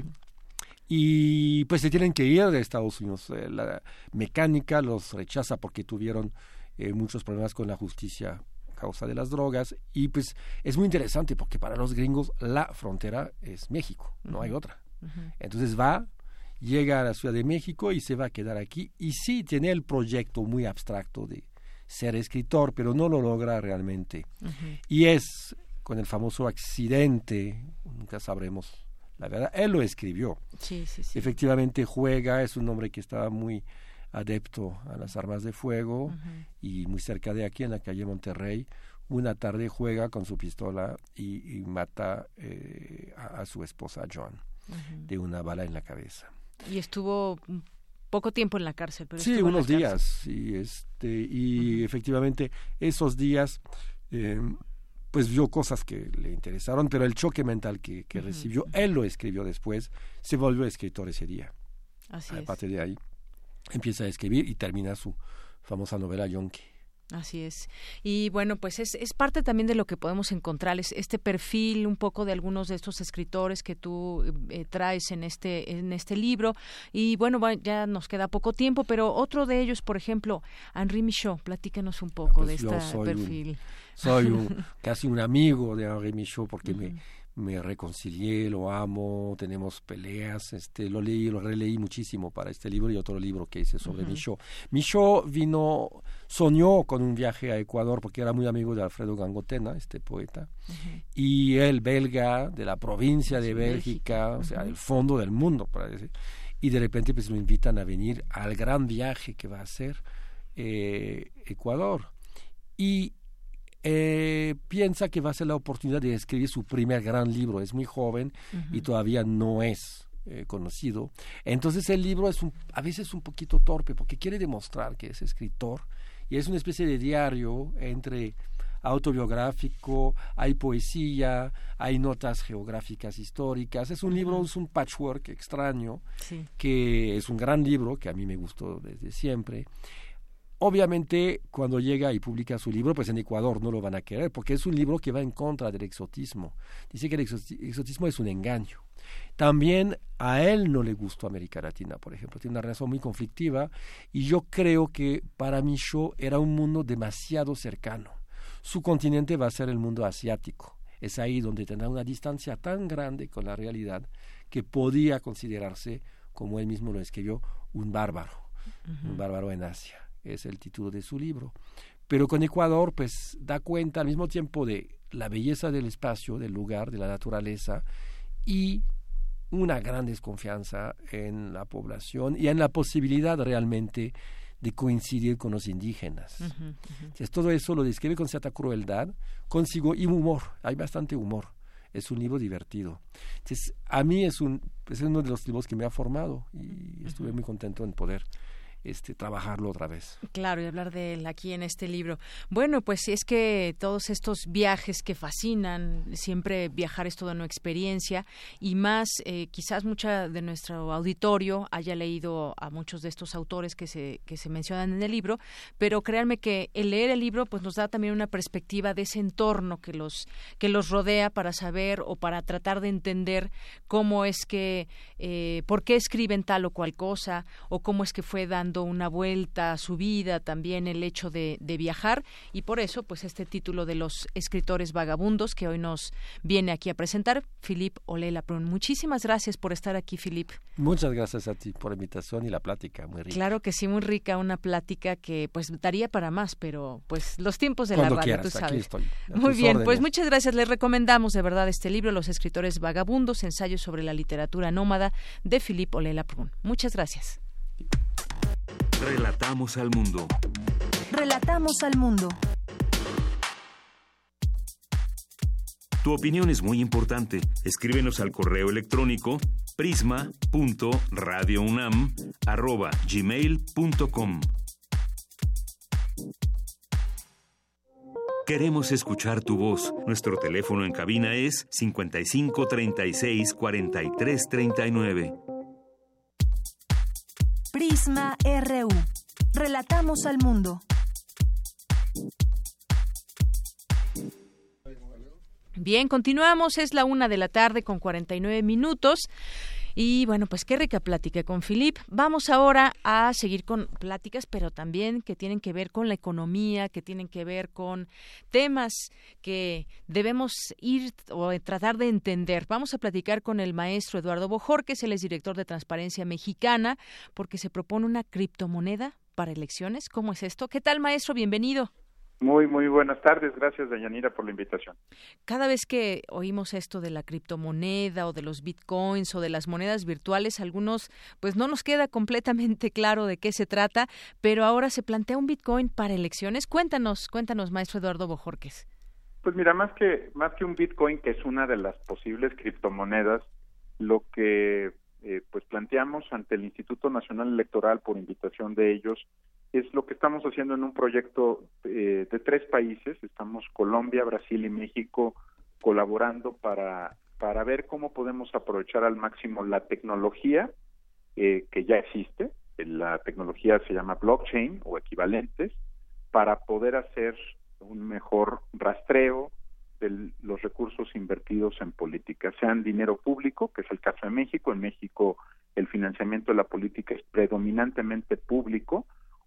Y pues se tienen que ir de Estados Unidos. La mecánica los rechaza porque tuvieron muchos problemas con la justicia a causa de las drogas, y pues es muy interesante porque para los gringos la frontera es México, no hay otra. Entonces llega a la Ciudad de México y se va a quedar aquí, y sí tiene el proyecto muy abstracto de ser escritor, pero no lo logra realmente. Y es con el famoso accidente, nunca sabremos la verdad, él lo escribió. Sí. Efectivamente es un hombre que estaba muy adepto a las armas de fuego, y muy cerca de aquí, en la calle Monterrey, una tarde juega con su pistola y mata a su esposa Joan de una bala en la cabeza. Y estuvo poco tiempo en la cárcel, pero sí, unos días, y efectivamente esos días pues vio cosas que le interesaron, pero el choque mental que recibió, él lo escribió después, se volvió escritor ese día. Aparte de ahí empieza a escribir y termina su famosa novela Yonki. Así es. Y bueno, pues es parte también de lo que podemos encontrar, este perfil un poco de algunos de estos escritores que tú traes en este libro. Y bueno, ya nos queda poco tiempo, pero otro de ellos, por ejemplo, Henri Michaud, platícanos un poco de este perfil. Soy casi un amigo de Henri Michaud porque me reconcilié, lo amo, tenemos peleas, lo releí muchísimo para este libro y otro libro que hice sobre Michaud. Michaud soñó con un viaje a Ecuador porque era muy amigo de Alfredo Gangotena, este poeta, y él, belga, de la provincia de Bélgica, o sea, el fondo del mundo, para decir, y de repente pues lo invitan a venir al gran viaje que va a hacer Ecuador, y piensa que va a ser la oportunidad de escribir su primer gran libro. Es muy joven y todavía no es conocido. Entonces el libro es a veces un poquito torpe porque quiere demostrar que es escritor, y es una especie de diario entre autobiográfico, hay poesía, hay notas geográficas históricas. Es un libro, es un patchwork extraño, que es un gran libro que a mí me gustó desde siempre. obviamente, cuando llega y publica su libro, pues en Ecuador no lo van a querer, porque es un libro que va en contra del exotismo. Dice que el exotismo es un engaño. También a él no le gustó América Latina, por ejemplo. Tiene una relación muy conflictiva y yo creo que para Michaud era un mundo demasiado cercano. Su continente va a ser el mundo asiático. Es ahí donde tendrá una distancia tan grande con la realidad que podía considerarse, como él mismo lo escribió, un bárbaro. Un bárbaro en Asia. Es el título de su libro. Pero con Ecuador, pues, da cuenta al mismo tiempo de la belleza del espacio, del lugar, de la naturaleza, y una gran desconfianza en la población y en la posibilidad realmente de coincidir con los indígenas. Entonces, todo eso lo describe con cierta crueldad, consigo, y humor. Hay bastante humor. Es un libro divertido. Entonces, a mí es uno de los libros que me ha formado y estuve muy contento en poder trabajarlo otra vez. Claro, y hablar de él aquí en este libro. Bueno, pues es que todos estos viajes que fascinan, siempre viajar es toda una experiencia, y más, quizás mucha de nuestro auditorio haya leído a muchos de estos autores que se mencionan en el libro, pero créanme que el leer el libro pues nos da también una perspectiva de ese entorno que los rodea, para saber o para tratar de entender cómo es que, por qué escriben tal o cual cosa, o cómo es que fue dando una vuelta a su vida también el hecho de viajar, y por eso pues este título de Los escritores vagabundos que hoy nos viene aquí a presentar Philippe Ollet-Laprun. Muchísimas gracias por estar aquí, Philippe. Muchas gracias a ti por la invitación y la plática, muy rica. Claro que sí, muy rica, una plática que pues daría para más, pero pues los tiempos de Cuando la radio, quieras, tú sabes. aquí estoy, muy bien, órdenes. Pues muchas gracias, les recomendamos de verdad este libro, Los escritores vagabundos, ensayos sobre la literatura nómada, de Philippe Ollet-Laprun. Muchas gracias. Relatamos al mundo. Relatamos al mundo. Tu opinión es muy importante. Escríbenos al correo electrónico prisma.radiounam@gmail.com. Queremos escuchar tu voz. Nuestro teléfono en cabina es 55 36 43 39. Prisma RU. Relatamos al mundo. Bien, continuamos, es la 1:00 p.m. con 49 minutos. Y bueno, pues qué rica plática con Philippe. Vamos ahora a seguir con pláticas, pero también que tienen que ver con la economía, que tienen que ver con temas que debemos ir o tratar de entender. Vamos a platicar con el maestro Eduardo Bojorquez, él es director de Transparencia Mexicana, porque se propone una criptomoneda para elecciones. ¿Cómo es esto? ¿Qué tal, maestro? Bienvenido. Muy buenas tardes. Gracias, Deyanira, por la invitación. Cada vez que oímos esto de la criptomoneda o de los bitcoins o de las monedas virtuales, algunos pues no nos queda completamente claro de qué se trata, pero ahora se plantea un bitcoin para elecciones. Cuéntanos, maestro Eduardo Bojorquez. Pues mira, más que un bitcoin, que es una de las posibles criptomonedas, lo que pues planteamos ante el Instituto Nacional Electoral por invitación de ellos es lo que estamos haciendo en un proyecto de 3 países. Estamos Colombia, Brasil y México colaborando para ver cómo podemos aprovechar al máximo la tecnología que ya existe. La tecnología se llama blockchain o equivalentes, para poder hacer un mejor rastreo de los recursos invertidos en política, sean dinero público, que es el caso de México. En México el financiamiento de la política es predominantemente público,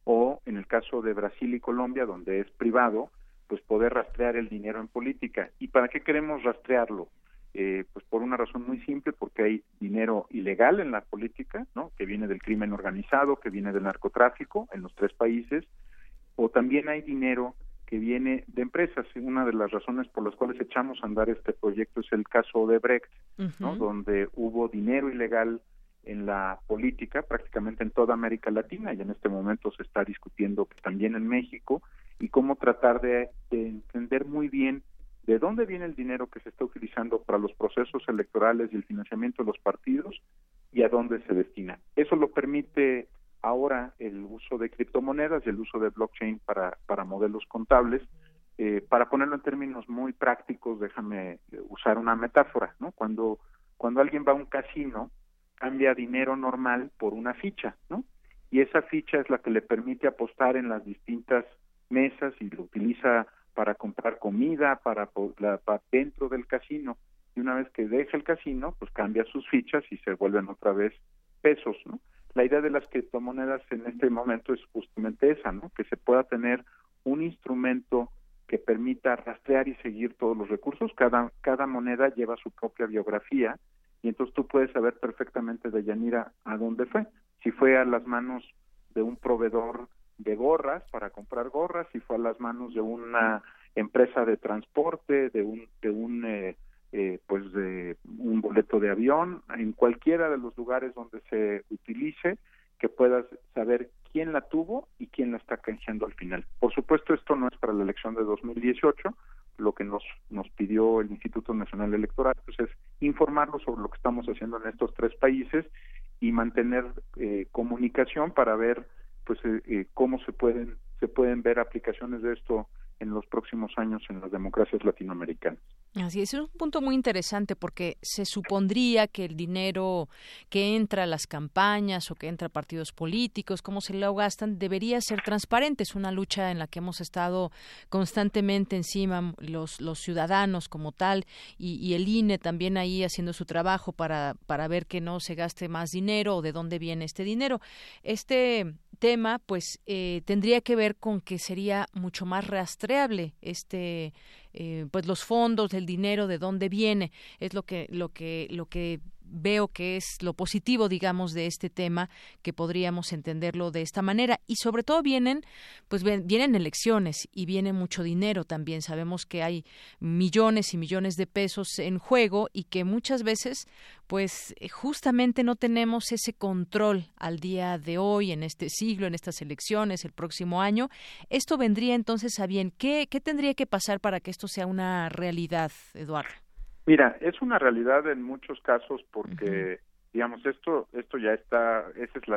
o en el caso de Brasil y Colombia, donde es privado, pues poder rastrear el dinero en política. ¿Y para qué queremos rastrearlo? Pues por una razón muy simple, porque hay dinero ilegal en la política, ¿no?, que viene del crimen organizado, que viene del narcotráfico en los 3 países, o también hay dinero que viene de empresas. Una de las razones por las cuales echamos a andar este proyecto es el caso de Brecht, ¿no?, donde hubo dinero ilegal en la política prácticamente en toda América Latina, y en este momento se está discutiendo también en México, y cómo tratar de entender muy bien de dónde viene el dinero que se está utilizando para los procesos electorales y el financiamiento de los partidos y a dónde se destina. Eso lo permite ahora el uso de criptomonedas y el uso de blockchain para modelos contables. Para ponerlo en términos muy prácticos, déjame usar una metáfora, ¿no? Cuando alguien va a un casino, cambia dinero normal por una ficha, ¿no? y esa ficha es la que le permite apostar en las distintas mesas y lo utiliza para comprar comida, para dentro del casino, y una vez que deja el casino, pues cambia sus fichas y se vuelven otra vez pesos, ¿no? La idea de las criptomonedas en este momento es justamente esa, ¿no? Que se pueda tener un instrumento que permita rastrear y seguir todos los recursos. Cada moneda lleva su propia biografía y entonces tú puedes saber perfectamente, Deyanira, a dónde fue. Si fue a las manos de un proveedor de gorras para comprar gorras, si fue a las manos de una empresa de transporte, de un boleto de avión, en cualquiera de los lugares donde se utilice, que puedas saber quién la tuvo y quién la está canjeando al final. Por supuesto, esto no es para la elección de 2018, lo que nos pidió el Instituto Nacional Electoral pues es informarlos sobre lo que estamos haciendo en estos 3 países y mantener comunicación para ver pues cómo se pueden ver aplicaciones de esto en los próximos años en las democracias latinoamericanas. Así es un punto muy interesante porque se supondría que el dinero que entra a las campañas o que entra a partidos políticos, cómo se lo gastan, debería ser transparente. Es una lucha en la que hemos estado constantemente encima los ciudadanos como tal y el INE también ahí haciendo su trabajo para ver que no se gaste más dinero o de dónde viene este dinero. Este tema pues tendría que ver con que sería mucho más rastreable pues los fondos, el dinero, de dónde viene, es lo que veo que es lo positivo, digamos, de este tema, que podríamos entenderlo de esta manera. Y sobre todo vienen elecciones y viene mucho dinero también. Sabemos que hay millones y millones de pesos en juego y que muchas veces, pues, justamente no tenemos ese control al día de hoy, en este siglo, en estas elecciones, el próximo año. Esto vendría entonces a bien. ¿Qué tendría que pasar para que esto sea una realidad, Eduardo? Mira, es una realidad en muchos casos porque, digamos, esto ya está, ese es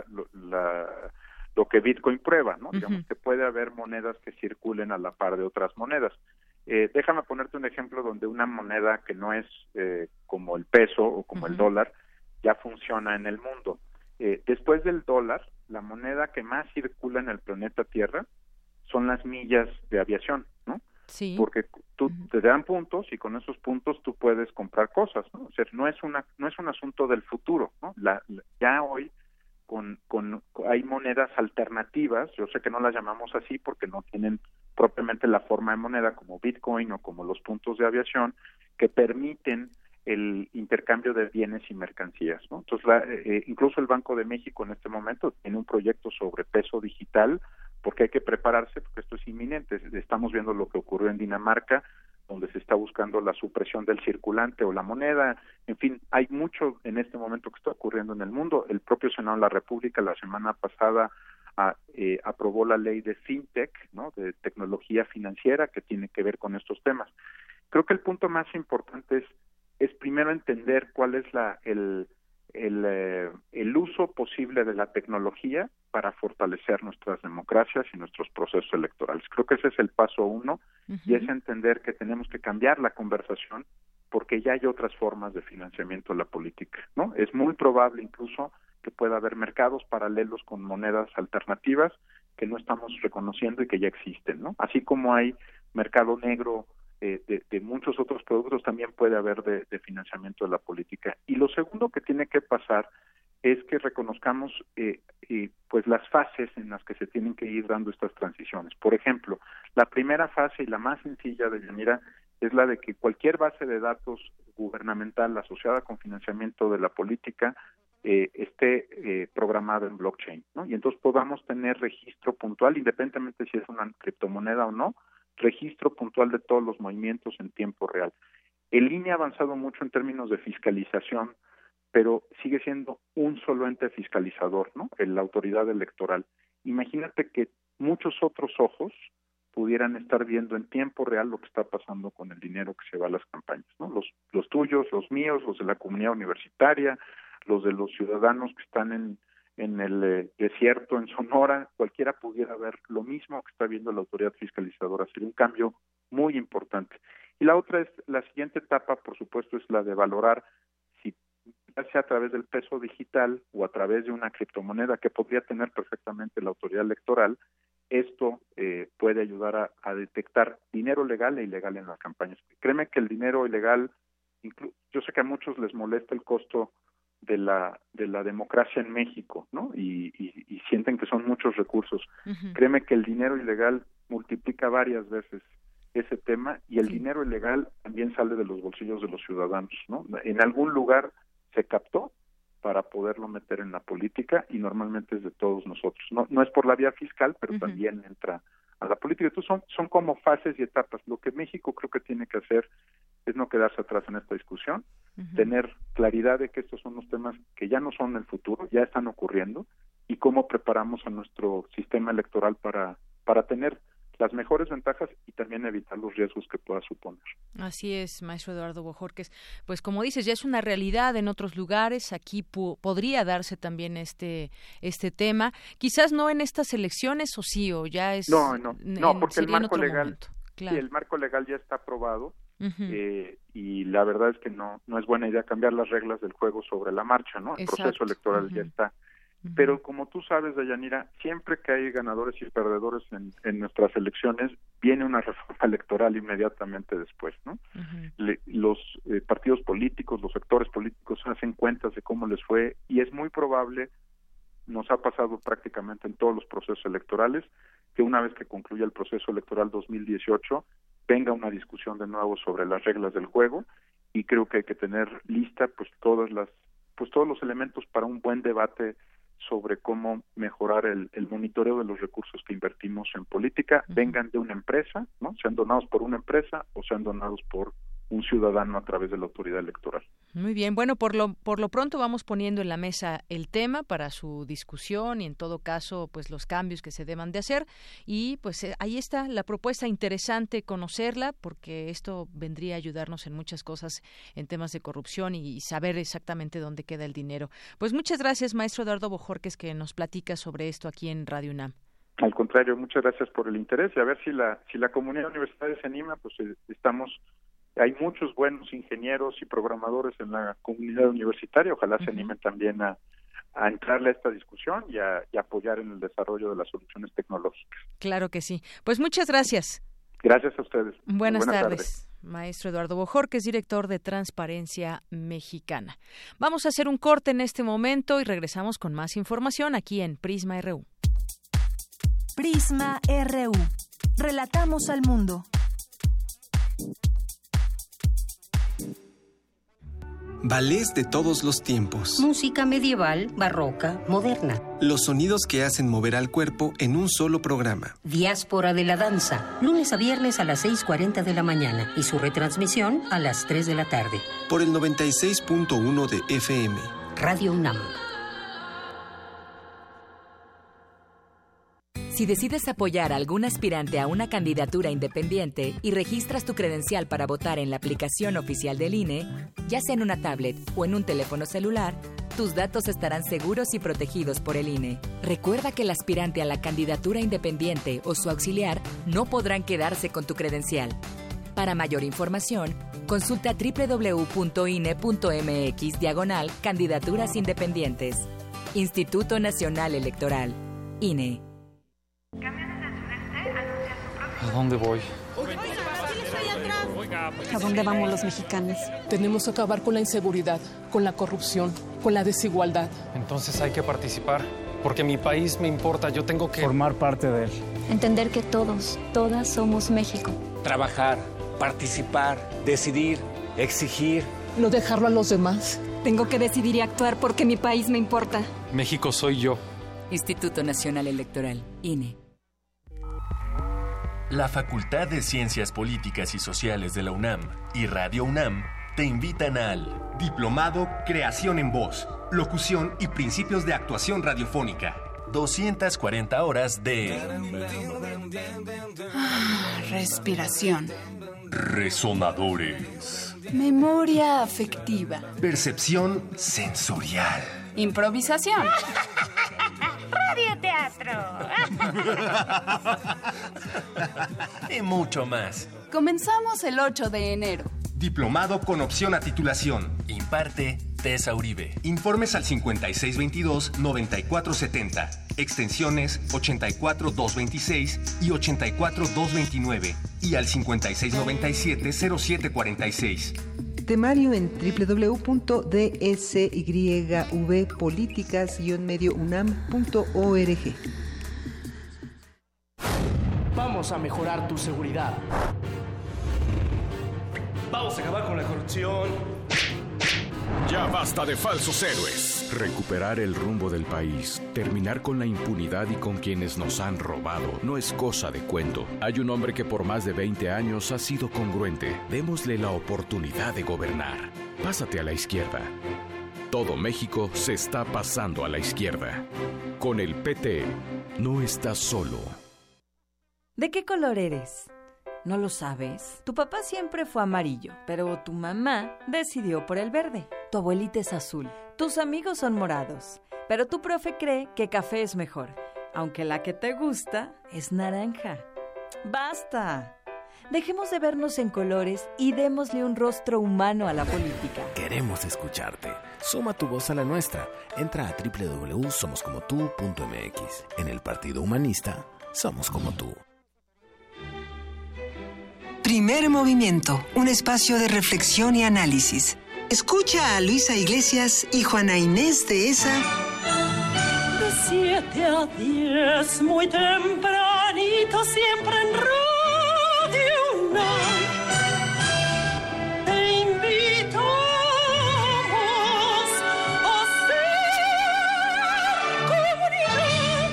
lo que Bitcoin prueba, ¿no? Digamos que puede haber monedas que circulen a la par de otras monedas. Déjame ponerte un ejemplo donde una moneda que no es como el peso o como el dólar ya funciona en el mundo. Después del dólar, la moneda que más circula en el planeta Tierra son las millas de aviación, ¿no? Sí. Porque te dan puntos y con esos puntos tú puedes comprar cosas, ¿no? O sea, no es un asunto del futuro, ¿no? Ya hoy hay monedas alternativas, yo sé que no las llamamos así porque no tienen propiamente la forma de moneda como Bitcoin o como los puntos de aviación que permiten el intercambio de bienes y mercancías, ¿no? Entonces, incluso el Banco de México en este momento tiene un proyecto sobre peso digital porque hay que prepararse porque esto es inminente. Estamos viendo lo que ocurrió en Dinamarca, donde se está buscando la supresión del circulante o la moneda. En fin, hay mucho en este momento que está ocurriendo en el mundo. El propio Senado de la República la semana pasada aprobó la ley de FinTech, ¿no? De tecnología financiera que tiene que ver con estos temas. Creo que el punto más importante es primero entender cuál es el uso posible de la tecnología para fortalecer nuestras democracias y nuestros procesos electorales. Creo que ese es el paso 1 y es entender que tenemos que cambiar la conversación porque ya hay otras formas de financiamiento de la política, ¿no? Es muy probable incluso que pueda haber mercados paralelos con monedas alternativas que no estamos reconociendo y que ya existen, ¿no? Así como hay mercado negro de muchos otros productos, también puede haber de financiamiento de la política. Y lo segundo que tiene que pasar es que reconozcamos pues las fases en las que se tienen que ir dando estas transiciones. Por ejemplo, la primera fase y la más sencilla de Yanira es la de que cualquier base de datos gubernamental asociada con financiamiento de la política esté programada en blockchain, ¿no? Y entonces podamos tener registro puntual, independientemente si es una criptomoneda o no, registro puntual de todos los movimientos en tiempo real. El INE ha avanzado mucho en términos de fiscalización, pero sigue siendo un solo ente fiscalizador, ¿no? La autoridad electoral. Imagínate que muchos otros ojos pudieran estar viendo en tiempo real lo que está pasando con el dinero que se va a las campañas, ¿no? Los tuyos, los míos, los de la comunidad universitaria, los de los ciudadanos que están en el desierto en Sonora, cualquiera pudiera ver lo mismo que está viendo la autoridad fiscalizadora. Sería un cambio muy importante. Y la otra la siguiente etapa, por supuesto, es la de valorar ya sea a través del peso digital o a través de una criptomoneda que podría tener perfectamente la autoridad electoral, esto puede ayudar a detectar dinero legal e ilegal en las campañas. Créeme que el dinero ilegal, yo sé que a muchos les molesta el costo de la democracia en México, ¿no? Y sienten que son muchos recursos. Uh-huh. Créeme que el dinero ilegal multiplica varias veces ese tema, y el dinero ilegal también sale de los bolsillos de los ciudadanos, ¿no? En algún lugar se captó para poderlo meter en la política, y normalmente es de todos nosotros. No es por la vía fiscal, pero uh-huh. también entra a la política. Entonces son como fases y etapas. Lo que México creo que tiene que hacer es no quedarse atrás en esta discusión, uh-huh. tener claridad de que estos son los temas que ya no son el futuro, ya están ocurriendo, y cómo preparamos a nuestro sistema electoral para tener las mejores ventajas y también evitar los riesgos que pueda suponer. Así es, maestro Eduardo Bojórquez. Pues como dices, ya es una realidad en otros lugares. Aquí podría darse también este tema. Quizás no en estas elecciones, o sí, o ya es... No, porque el marco legal, claro. Sí, el marco legal ya está aprobado. Uh-huh. Y la verdad es que no es buena idea cambiar las reglas del juego sobre la marcha, ¿no? El Exacto. proceso electoral uh-huh. ya está. Pero como tú sabes, Deyanira, siempre que hay ganadores y perdedores en nuestras elecciones, viene una reforma electoral inmediatamente después, ¿no? Uh-huh. Los partidos políticos, los sectores políticos hacen cuentas de cómo les fue, y es muy probable, nos ha pasado prácticamente en todos los procesos electorales, que una vez que concluya el proceso electoral 2018, venga una discusión de nuevo sobre las reglas del juego, y creo que hay que tener lista todos los elementos para un buen debate sobre cómo mejorar el monitoreo de los recursos que invertimos en política, uh-huh. vengan de una empresa, ¿no? Sean donados por una empresa o sean donados por un ciudadano a través de la autoridad electoral. Muy bien, bueno, por lo pronto vamos poniendo en la mesa el tema para su discusión, y en todo caso, pues los cambios que se deban de hacer, y pues ahí está la propuesta, interesante conocerla, porque esto vendría a ayudarnos en muchas cosas en temas de corrupción y saber exactamente dónde queda el dinero. Pues muchas gracias, maestro Eduardo Bojórquez, que nos platica sobre esto aquí en Radio UNAM. Al contrario, muchas gracias por el interés, y a ver si la comunidad universitaria se anima, pues hay muchos buenos ingenieros y programadores en la comunidad universitaria. Ojalá uh-huh. se animen también a entrarle a esta discusión y a apoyar en el desarrollo de las soluciones tecnológicas. Claro que sí. Pues muchas gracias. Gracias a ustedes. Buenas tardes. Maestro Eduardo Bojórquez, director de Transparencia Mexicana. Vamos a hacer un corte en este momento y regresamos con más información aquí en Prisma RU. Prisma RU. Relatamos al mundo. Ballets de todos los tiempos. Música medieval, barroca, moderna. Los sonidos que hacen mover al cuerpo en un solo programa. Diáspora de la danza, lunes a viernes a las 6:40 de la mañana y su retransmisión a las 3 de la tarde. Por el 96.1 de FM. Radio UNAM. Si decides apoyar a algún aspirante a una candidatura independiente y registras tu credencial para votar en la aplicación oficial del INE, ya sea en una tablet o en un teléfono celular, tus datos estarán seguros y protegidos por el INE. Recuerda que el aspirante a la candidatura independiente o su auxiliar no podrán quedarse con tu credencial. Para mayor información, consulta www.ine.mx/candidaturas independientes. Instituto Nacional Electoral, INE. ¿A dónde voy? ¿A dónde vamos los mexicanos? Tenemos que acabar con la inseguridad, con la corrupción, con la desigualdad. Entonces hay que participar, porque mi país me importa, yo tengo que... formar parte de él. Entender que todos, todas somos México. Trabajar, participar, decidir, exigir. No dejarlo a los demás. Tengo que decidir y actuar porque mi país me importa. México soy yo. Instituto Nacional Electoral, INE. La Facultad de Ciencias Políticas y Sociales de la UNAM y Radio UNAM te invitan al Diplomado Creación en Voz, Locución y Principios de Actuación Radiofónica. 240 horas de... respiración. Resonadores. Memoria afectiva. Percepción sensorial. Improvisación. Radioteatro. Y mucho más. Comenzamos el 8 de enero. Diplomado con opción a titulación. Imparte Tessa Uribe. Informes al 5622-9470, extensiones 84226 y 84229 y al 5697-0746. Temario en www.dsyvpoliticas-mediounam.org. Vamos a mejorar tu seguridad. Vamos a acabar con la corrupción. Ya basta de falsos héroes. Recuperar el rumbo del país, terminar con la impunidad y con quienes nos han robado, no es cosa de cuento. Hay un hombre que por más de 20 años ha sido congruente. Démosle la oportunidad de gobernar. Pásate a la izquierda. Todo México se está pasando a la izquierda. Con el PT, no estás solo. ¿De qué color eres? ¿No lo sabes? Tu papá siempre fue amarillo, pero tu mamá decidió por el verde. Tu abuelita es azul. Tus amigos son morados, pero tu profe cree que café es mejor, aunque la que te gusta es naranja. ¡Basta! Dejemos de vernos en colores y démosle un rostro humano a la política. Queremos escucharte. Suma tu voz a la nuestra. Entra a www.somoscomotu.mx. En el Partido Humanista, somos como tú. Primer movimiento, un espacio de reflexión y análisis. Escucha a Luisa Iglesias y Juana Inés de ESA. De 7 a 10, muy tempranito, siempre en Radio UNAM. Te invitamos a ser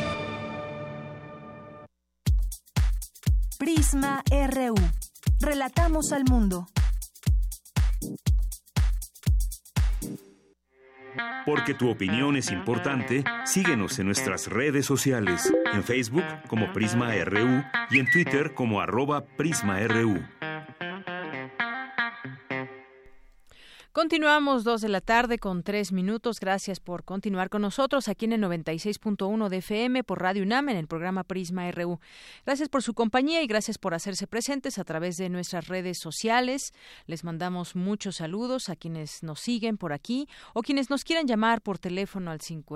comunidad. Prisma RU. Relatamos al mundo. Porque tu opinión es importante, síguenos en nuestras redes sociales, en Facebook como Prisma RU y en Twitter como @PrismaRU. Continuamos 2 de la tarde con 3 minutos. Gracias por continuar con nosotros aquí en el 96.1 de FM por Radio UNAM en el programa Prisma RU. Gracias por su compañía y gracias por hacerse presentes a través de nuestras redes sociales. Les mandamos muchos saludos a quienes nos siguen por aquí o quienes nos quieran llamar por teléfono al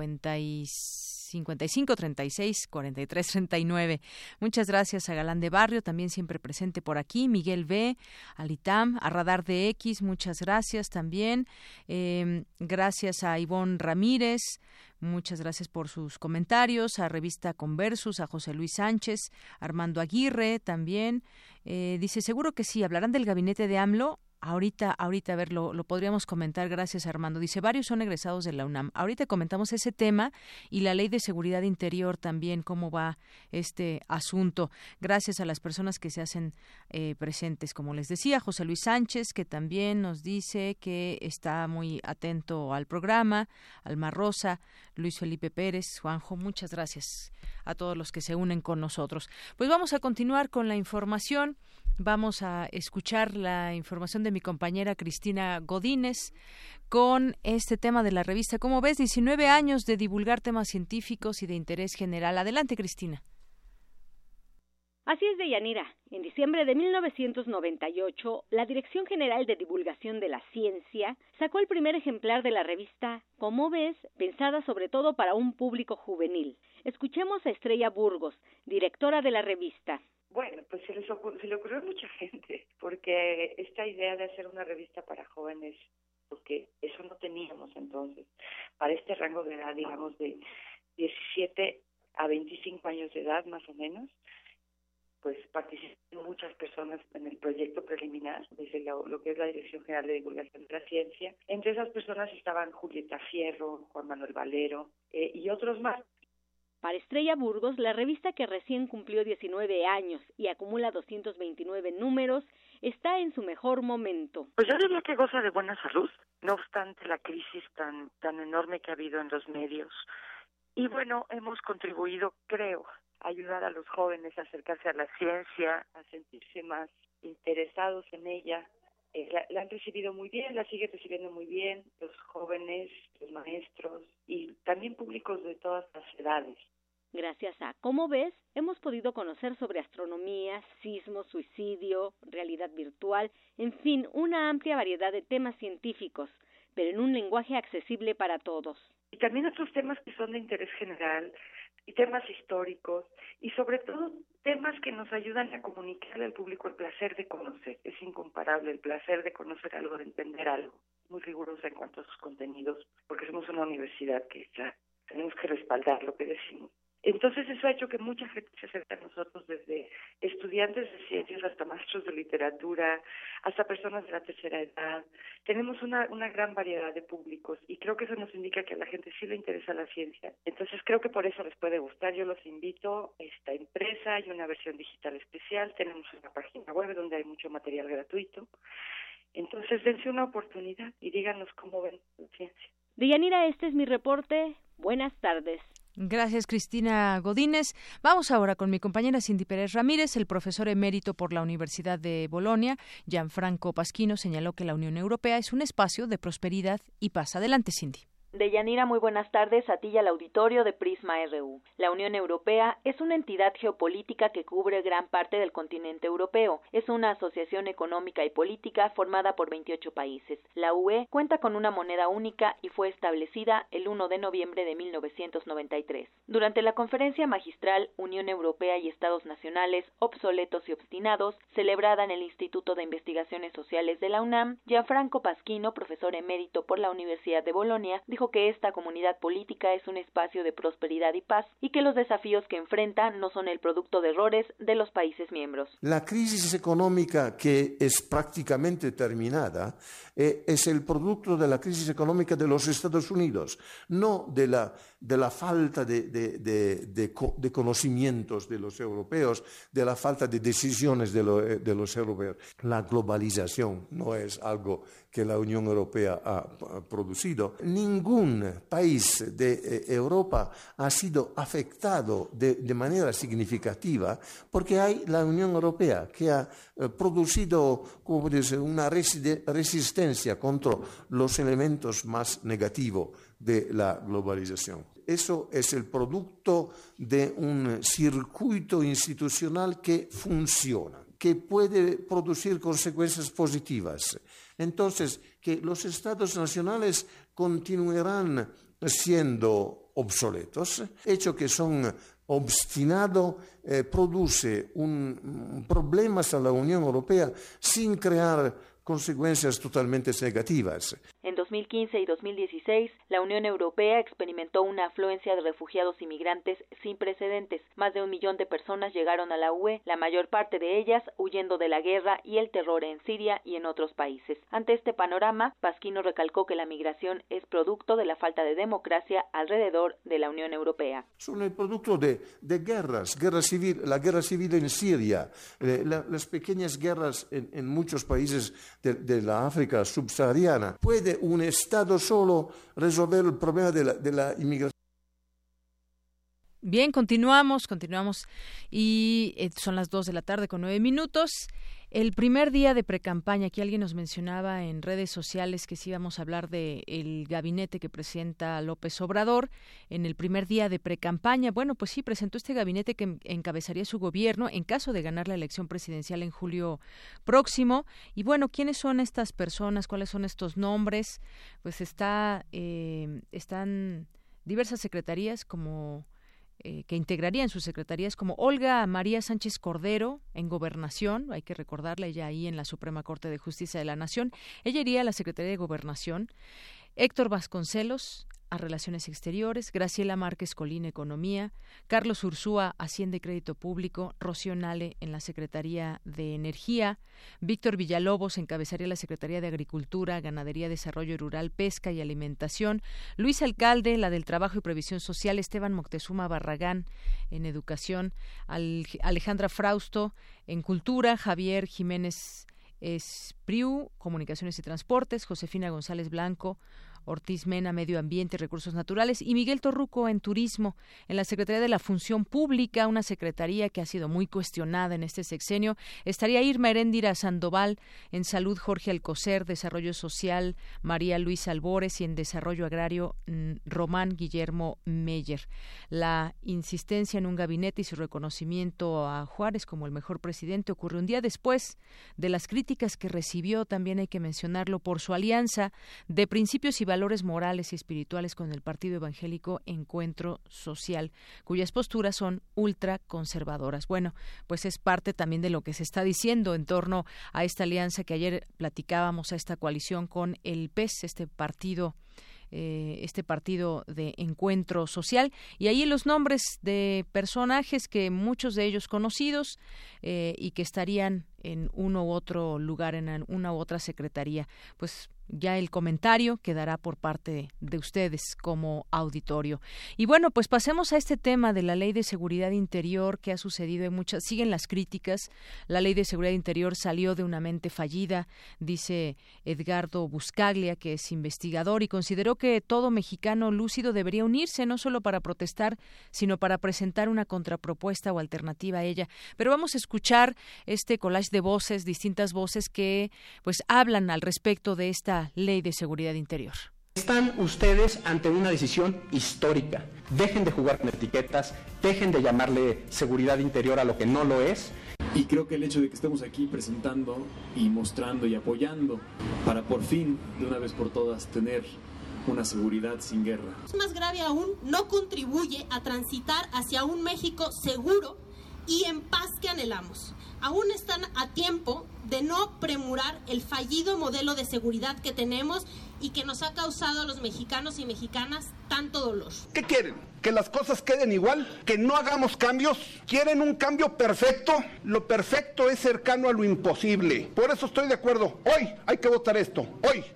55 36 43 39. Muchas gracias a Galán de Barrio, también siempre presente por aquí, Miguel B, Alitam, a Radar de X, muchas gracias también. Gracias a Ivonne Ramírez, muchas gracias por sus comentarios, a Revista Conversus, a José Luis Sánchez, Armando Aguirre también. Dice, seguro que sí, hablarán del gabinete de AMLO. Ahorita, a ver, lo podríamos comentar, gracias Armando. Dice, varios son egresados de la UNAM. Ahorita comentamos ese tema y la Ley de Seguridad Interior también, cómo va este asunto. Gracias a las personas que se hacen presentes, como les decía, José Luis Sánchez, que también nos dice que está muy atento al programa, Alma Rosa, Luis Felipe Pérez, Juanjo, muchas gracias a todos los que se unen con nosotros. Pues vamos a continuar con la información. Vamos a escuchar la información de mi compañera Cristina Godínez con este tema de la revista. ¿Cómo ves? 19 años de divulgar temas científicos y de interés general. Adelante, Cristina. Así es, Deyanira. En diciembre de 1998, la Dirección General de Divulgación de la Ciencia sacó el primer ejemplar de la revista ¿Cómo ves?, pensada sobre todo para un público juvenil. Escuchemos a Estrella Burgos, directora de la revista. Bueno, pues se le ocurrió a mucha gente, porque esta idea de hacer una revista para jóvenes, porque eso no teníamos entonces, para este rango de edad, digamos, de 17 a 25 años de edad más o menos, pues participaron muchas personas en el proyecto preliminar, desde lo que es la Dirección General de Divulgación de la Ciencia. Entre esas personas estaban Julieta Fierro, Juan Manuel Valero y otros más. Para Estrella Burgos, la revista que recién cumplió 19 años y acumula 229 números, está en su mejor momento. Pues yo diría que goza de buena salud, no obstante la crisis tan enorme que ha habido en los medios. Y bueno, hemos contribuido, creo, a ayudar a los jóvenes a acercarse a la ciencia, a sentirse más interesados en ella. La han recibido muy bien, la siguen recibiendo muy bien los jóvenes, los maestros y también públicos de todas las edades. Gracias a ¿Cómo ves?, hemos podido conocer sobre astronomía, sismos, suicidio, realidad virtual, en fin, una amplia variedad de temas científicos. pero en un lenguaje accesible para todos. Y también otros temas que son de interés general, y temas históricos, y sobre todo temas que nos ayudan a comunicarle al público el placer de conocer. Es incomparable el placer de conocer algo, de entender algo. Muy rigurosa en cuanto a sus contenidos, porque somos una universidad que tenemos que respaldar lo que decimos. Entonces eso ha hecho que mucha gente se acerque a nosotros, desde estudiantes de ciencias hasta maestros de literatura, hasta personas de la tercera edad. Tenemos una gran variedad de públicos y creo que eso nos indica que a la gente sí le interesa la ciencia. Entonces creo que por eso les puede gustar. Yo los invito, está impresa, hay una versión digital especial, tenemos una página web donde hay mucho material gratuito. Entonces dense una oportunidad y díganos cómo ven la ciencia. Deyanira, este es mi reporte. Buenas tardes. Gracias, Cristina Godínez. Vamos ahora con mi compañera Cindy Pérez Ramírez. El profesor emérito por la Universidad de Bolonia, Gianfranco Pasquino, señaló que la Unión Europea es un espacio de prosperidad y paz. Adelante, Cindy. Deyanira, muy buenas tardes a ti y al auditorio de Prisma RU. La Unión Europea es una entidad geopolítica que cubre gran parte del continente europeo. Es una asociación económica y política formada por 28 países. La UE cuenta con una moneda única y fue establecida el 1 de noviembre de 1993. Durante la conferencia magistral Unión Europea y Estados Nacionales obsoletos y obstinados, celebrada en el Instituto de Investigaciones Sociales de la UNAM, Gianfranco Pasquino, profesor emérito por la Universidad de Bolonia, dijo que esta comunidad política es un espacio de prosperidad y paz y que los desafíos que enfrenta no son el producto de errores de los países miembros. La crisis económica que es prácticamente terminada es el producto de la crisis económica de los Estados Unidos, no de la falta de conocimientos de los europeos, de la falta de decisiones de los europeos. La globalización no es algo que la Unión Europea ha producido. Ningún país de Europa ha sido afectado de manera significativa porque hay la Unión Europea que ha producido, como dice, una resistencia contra los elementos más negativos de la globalización. Eso es el producto de un circuito institucional que funciona, que puede producir consecuencias positivas. Entonces, que los estados nacionales continuarán siendo obsoletos, hecho que son obstinados, produce problemas a la Unión Europea sin crear consecuencias totalmente negativas. En 2015 y 2016, la Unión Europea experimentó una afluencia de refugiados y migrantes sin precedentes. Más de 1 millón de personas llegaron a la UE, la mayor parte de ellas huyendo de la guerra y el terror en Siria y en otros países. Ante este panorama, Pasquino recalcó que la migración es producto de la falta de democracia alrededor de la Unión Europea. Son el producto de guerras, la guerra civil en Siria, las pequeñas guerras en muchos países de la África subsahariana. ¿Puede un Estado solo resolver el problema de la inmigración? Bien, continuamos y son las 2:09 p.m. El primer día de precampaña, aquí alguien nos mencionaba en redes sociales que sí íbamos a hablar del gabinete que presenta López Obrador en el primer día de precampaña. Bueno, pues sí, presentó este gabinete que encabezaría su gobierno en caso de ganar la elección presidencial en julio próximo. Y bueno, ¿quiénes son estas personas? ¿Cuáles son estos nombres? Pues están diversas secretarías que integrarían sus secretarías, como Olga María Sánchez Cordero en Gobernación, hay que recordarla, ella ahí en la Suprema Corte de Justicia de la Nación, ella iría a la Secretaría de Gobernación, Héctor Vasconcelos a Relaciones Exteriores, Graciela Márquez Colín, Economía, Carlos Ursúa, Hacienda y Crédito Público, Rocío Nale en la Secretaría de Energía, Víctor Villalobos encabezaría la Secretaría de Agricultura, Ganadería, Desarrollo Rural, Pesca y Alimentación, Luis Alcalde, la del Trabajo y Previsión Social, Esteban Moctezuma Barragán en Educación, Alejandra Frausto en Cultura, Javier Jiménez Espriu, Comunicaciones y Transportes, Josefina González Blanco, Ortiz Mena, Medio Ambiente y Recursos Naturales, y Miguel Torruco en Turismo. En la Secretaría de la Función Pública, una secretaría que ha sido muy cuestionada en este sexenio, estaría Irma Heréndira Sandoval; en Salud, Jorge Alcocer; Desarrollo Social, María Luisa Albores; y en Desarrollo Agrario, Román Guillermo Meyer. La insistencia en un gabinete y su reconocimiento a Juárez como el mejor presidente ocurre un día después de las críticas que recibió, también hay que mencionarlo, por su alianza de principios y valores morales y espirituales con el partido evangélico Encuentro Social, cuyas posturas son ultraconservadoras. Bueno, pues es parte también de lo que se está diciendo en torno a esta alianza que ayer platicábamos, a esta coalición con el PES, este partido de Encuentro Social, y ahí los nombres de personajes que muchos de ellos conocidos y que estarían en uno u otro lugar, en una u otra secretaría. Pues ya el comentario quedará por parte de ustedes como auditorio. Y bueno, pues pasemos a este tema de la Ley de Seguridad Interior que ha sucedido en siguen las críticas. La Ley de Seguridad Interior salió de una mente fallida, dice Edgardo Buscaglia, que es investigador, y consideró que todo mexicano lúcido debería unirse, no solo para protestar, sino para presentar una contrapropuesta o alternativa a ella. Pero vamos a escuchar este collage de voces, distintas voces que pues hablan al respecto de esta Ley de Seguridad Interior. Están ustedes ante una decisión histórica. Dejen de jugar con etiquetas, dejen de llamarle seguridad interior a lo que no lo es. Y creo que el hecho de que estemos aquí presentando y mostrando y apoyando para por fin, de una vez por todas, tener una seguridad sin guerra. Más grave aún, no contribuye a transitar hacia un México seguro y en paz que anhelamos. Aún están a tiempo de no premurar el fallido modelo de seguridad que tenemos y que nos ha causado a los mexicanos y mexicanas tanto dolor. ¿Qué quieren? ¿Que las cosas queden igual? ¿Que no hagamos cambios? ¿Quieren un cambio perfecto? Lo perfecto es cercano a lo imposible. Por eso estoy de acuerdo. Hoy hay que votar esto. Hoy.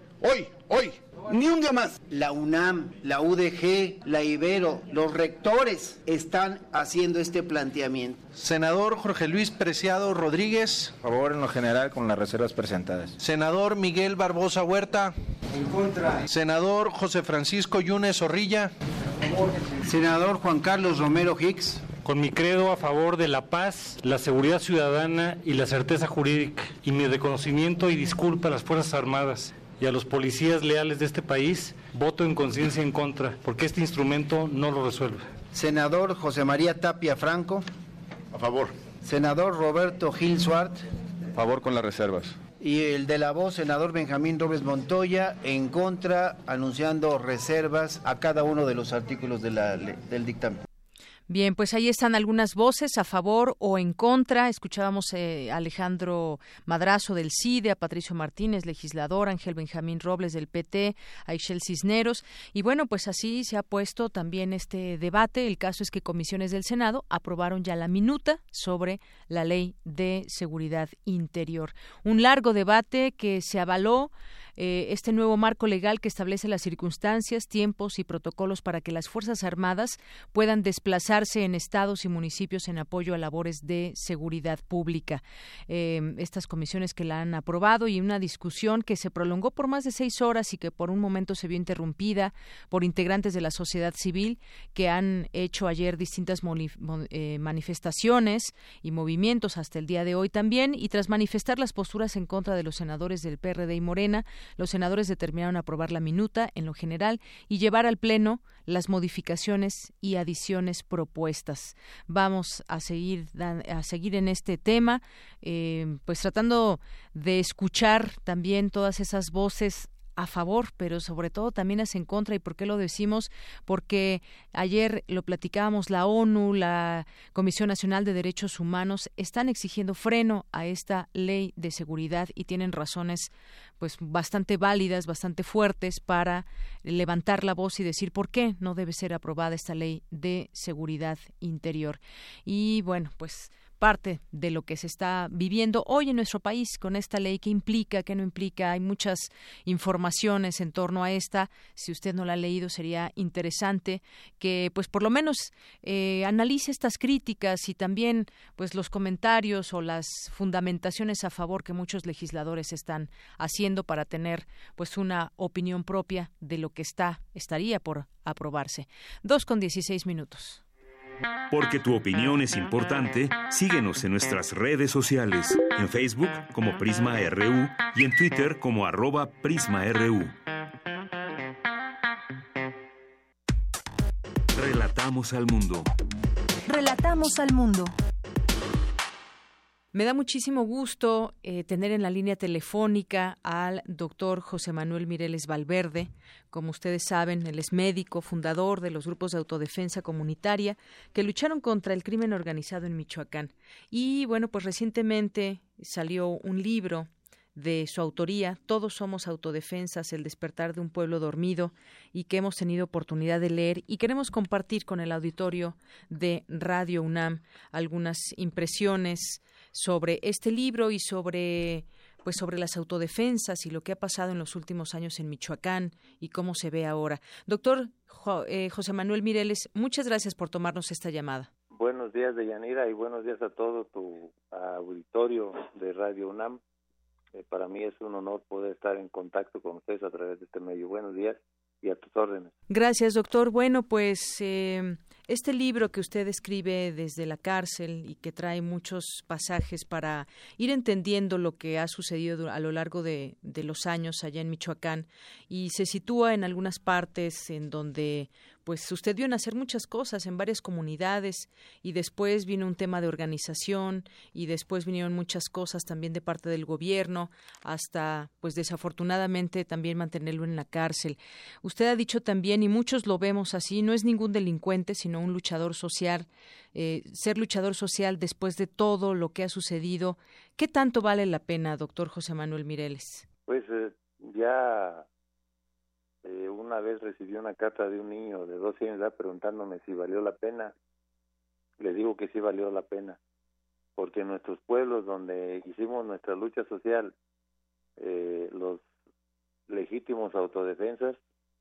Ni un día más. La UNAM, la UDG, la Ibero, los rectores están haciendo este planteamiento. Senador Jorge Luis Preciado Rodríguez. A favor en lo general con las reservas presentadas. Senador Miguel Barbosa Huerta. En contra. Senador José Francisco Yunes Zorrilla. Senador Juan Carlos Romero Hicks. Con mi credo a favor de la paz, la seguridad ciudadana y la certeza jurídica, y mi reconocimiento y disculpa a las Fuerzas Armadas y a los policías leales de este país, voto en conciencia en contra, porque este instrumento no lo resuelve. Senador José María Tapia Franco. A favor. Senador Roberto Gil Suart. A favor con las reservas. Y el de la voz, senador Benjamín Robles Montoya, en contra, anunciando reservas a cada uno de los artículos del dictamen. Bien, pues ahí están algunas voces a favor o en contra. Escuchábamos a Alejandro Madrazo del CIDE, a Patricio Martínez, legislador, Ángel Benjamín Robles del PT, a Ixchel Cisneros. Y bueno, pues así se ha puesto también este debate. El caso es que comisiones del Senado aprobaron ya la minuta sobre la Ley de Seguridad Interior. Un largo debate que se avaló este nuevo marco legal que establece las circunstancias, tiempos y protocolos para que las Fuerzas Armadas puedan desplazarse en estados y municipios en apoyo a labores de seguridad pública. Estas comisiones que la han aprobado y una discusión que se prolongó por más de 6 horas y que por un momento se vio interrumpida por integrantes de la sociedad civil que han hecho ayer distintas manifestaciones y movimientos hasta el día de hoy también, y tras manifestar las posturas en contra de los senadores del PRD y Morena, los senadores determinaron aprobar la minuta en lo general y llevar al Pleno las modificaciones y adiciones propuestas. Vamos a seguir en este tema, pues tratando de escuchar también todas esas voces a favor, pero sobre todo también es en contra. ¿Y por qué lo decimos? Porque ayer lo platicábamos, la ONU, la Comisión Nacional de Derechos Humanos están exigiendo freno a esta ley de seguridad y tienen razones pues bastante válidas, bastante fuertes para levantar la voz y decir por qué no debe ser aprobada esta ley de seguridad interior. Y bueno, pues parte de lo que se está viviendo hoy en nuestro país con esta ley, qué implica, qué no implica. Hay muchas informaciones en torno a esta. Si usted no la ha leído, sería interesante que pues por lo menos analice estas críticas y también pues los comentarios o las fundamentaciones a favor que muchos legisladores están haciendo para tener pues una opinión propia de lo que estaría por aprobarse. 2:16. Porque tu opinión es importante, síguenos en nuestras redes sociales, en Facebook como Prisma RU y en Twitter como @PrismaRU. Relatamos al mundo. Relatamos al mundo. Me da muchísimo gusto tener en la línea telefónica al doctor José Manuel Mireles Valverde. Como ustedes saben, él es médico, fundador de los grupos de autodefensa comunitaria que lucharon contra el crimen organizado en Michoacán. Y bueno, pues recientemente salió un libro de su autoría, Todos somos autodefensas, el despertar de un pueblo dormido, y que hemos tenido oportunidad de leer y queremos compartir con el auditorio de Radio UNAM algunas impresiones sobre este libro y sobre las autodefensas y lo que ha pasado en los últimos años en Michoacán y cómo se ve ahora. Doctor José Manuel Mireles, muchas gracias por tomarnos esta llamada. Buenos días, Deyanira, y buenos días a todo tu auditorio de Radio UNAM. Para mí es un honor poder estar en contacto con ustedes a través de este medio. Buenos días y a tus órdenes. Gracias, doctor. Bueno, pues este libro que usted escribe desde la cárcel y que trae muchos pasajes para ir entendiendo lo que ha sucedido a lo largo de los años allá en Michoacán, y se sitúa en algunas partes en donde pues usted vio nacer muchas cosas en varias comunidades, y después vino un tema de organización, y después vinieron muchas cosas también de parte del gobierno, hasta pues desafortunadamente también mantenerlo en la cárcel. Usted ha dicho también, y muchos lo vemos así, no es ningún delincuente, sino un luchador social. Ser luchador social después de todo lo que ha sucedido, ¿qué tanto vale la pena, doctor José Manuel Mireles? Pues ya una vez recibí una carta de un niño de 12 años de edad preguntándome si valió la pena. Le digo que sí valió la pena, porque en nuestros pueblos donde hicimos nuestra lucha social, los legítimos autodefensas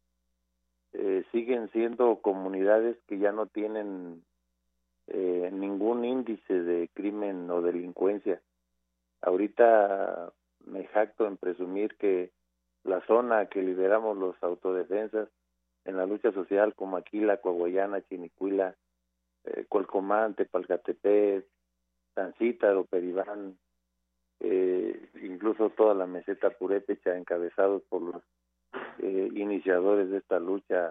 siguen siendo comunidades que ya no tienen ningún índice de crimen o delincuencia. Ahorita me jacto en presumir que la zona que lideramos los autodefensas en la lucha social, como Aquila, Coahuayana, Chinicuila, Colcomán, Tepalcatepec, Tancítaro, Peribán, incluso toda la meseta purépecha, encabezados por los iniciadores de esta lucha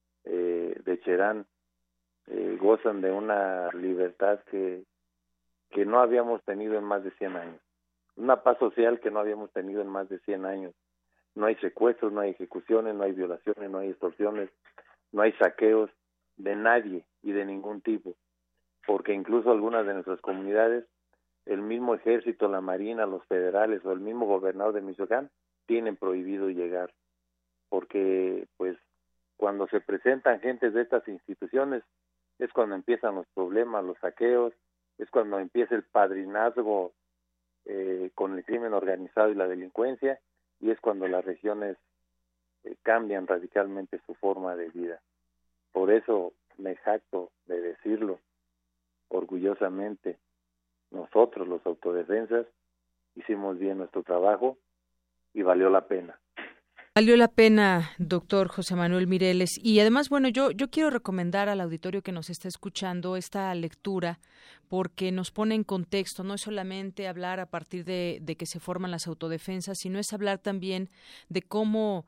de Cherán, gozan de una libertad que no habíamos tenido en más de 100 años, una paz social que no habíamos tenido en más de 100 años. No hay secuestros, no hay ejecuciones, no hay violaciones, no hay extorsiones, no hay saqueos de nadie y de ningún tipo, porque incluso algunas de nuestras comunidades, el mismo ejército, la marina, los federales o el mismo gobernador de Michoacán tienen prohibido llegar, porque pues cuando se presentan gentes de estas instituciones es cuando empiezan los problemas, los saqueos, es cuando empieza el padrinazgo con el crimen organizado y la delincuencia, y es cuando las regiones cambian radicalmente su forma de vida. Por eso me jacto de decirlo orgullosamente, nosotros los autodefensas hicimos bien nuestro trabajo y valió la pena. Valió la pena, doctor José Manuel Mireles. Y además, bueno, yo quiero recomendar al auditorio que nos está escuchando esta lectura, porque nos pone en contexto. No es solamente hablar a partir de que se forman las autodefensas, sino es hablar también de cómo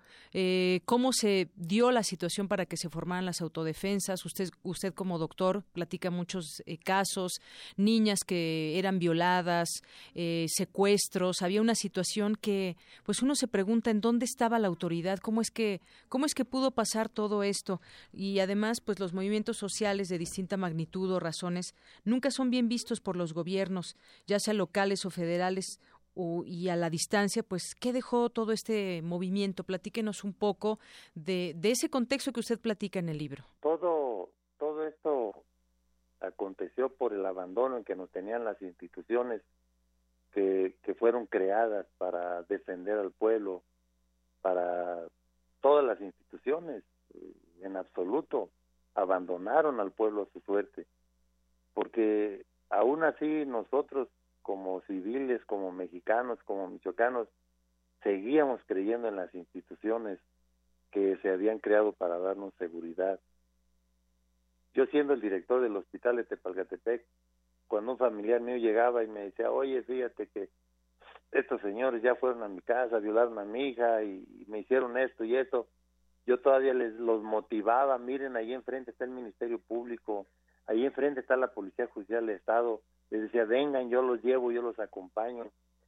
se dio la situación para que se formaran las autodefensas. Usted como doctor platica muchos casos, niñas que eran violadas, secuestros. Había una situación que pues uno se pregunta en dónde estaba la autoridad, cómo es que pudo pasar todo esto. Y además pues los movimientos sociales de distinta magnitud o razones nunca son bien vistos por los gobiernos, ya sea locales o federales, y a la distancia. Pues ¿qué dejó todo este movimiento? Platíquenos un poco de ese contexto que usted platica en el libro. Todo esto aconteció por el abandono en que nos tenían las instituciones que fueron creadas para defender al pueblo, para todas las instituciones, en absoluto, abandonaron al pueblo a su suerte, porque aún así nosotros como civiles, como mexicanos, como michoacanos, seguíamos creyendo en las instituciones que se habían creado para darnos seguridad. Yo siendo el director del hospital de Tepalcatepec, cuando un familiar mío llegaba y me decía, oye, fíjate que estos señores ya fueron a mi casa, violaron a mi hija y me hicieron esto y esto, yo todavía los motivaba, miren, ahí enfrente está el Ministerio Público, ahí enfrente está la Policía Judicial del Estado, les decía, vengan, yo los llevo, yo los acompaño.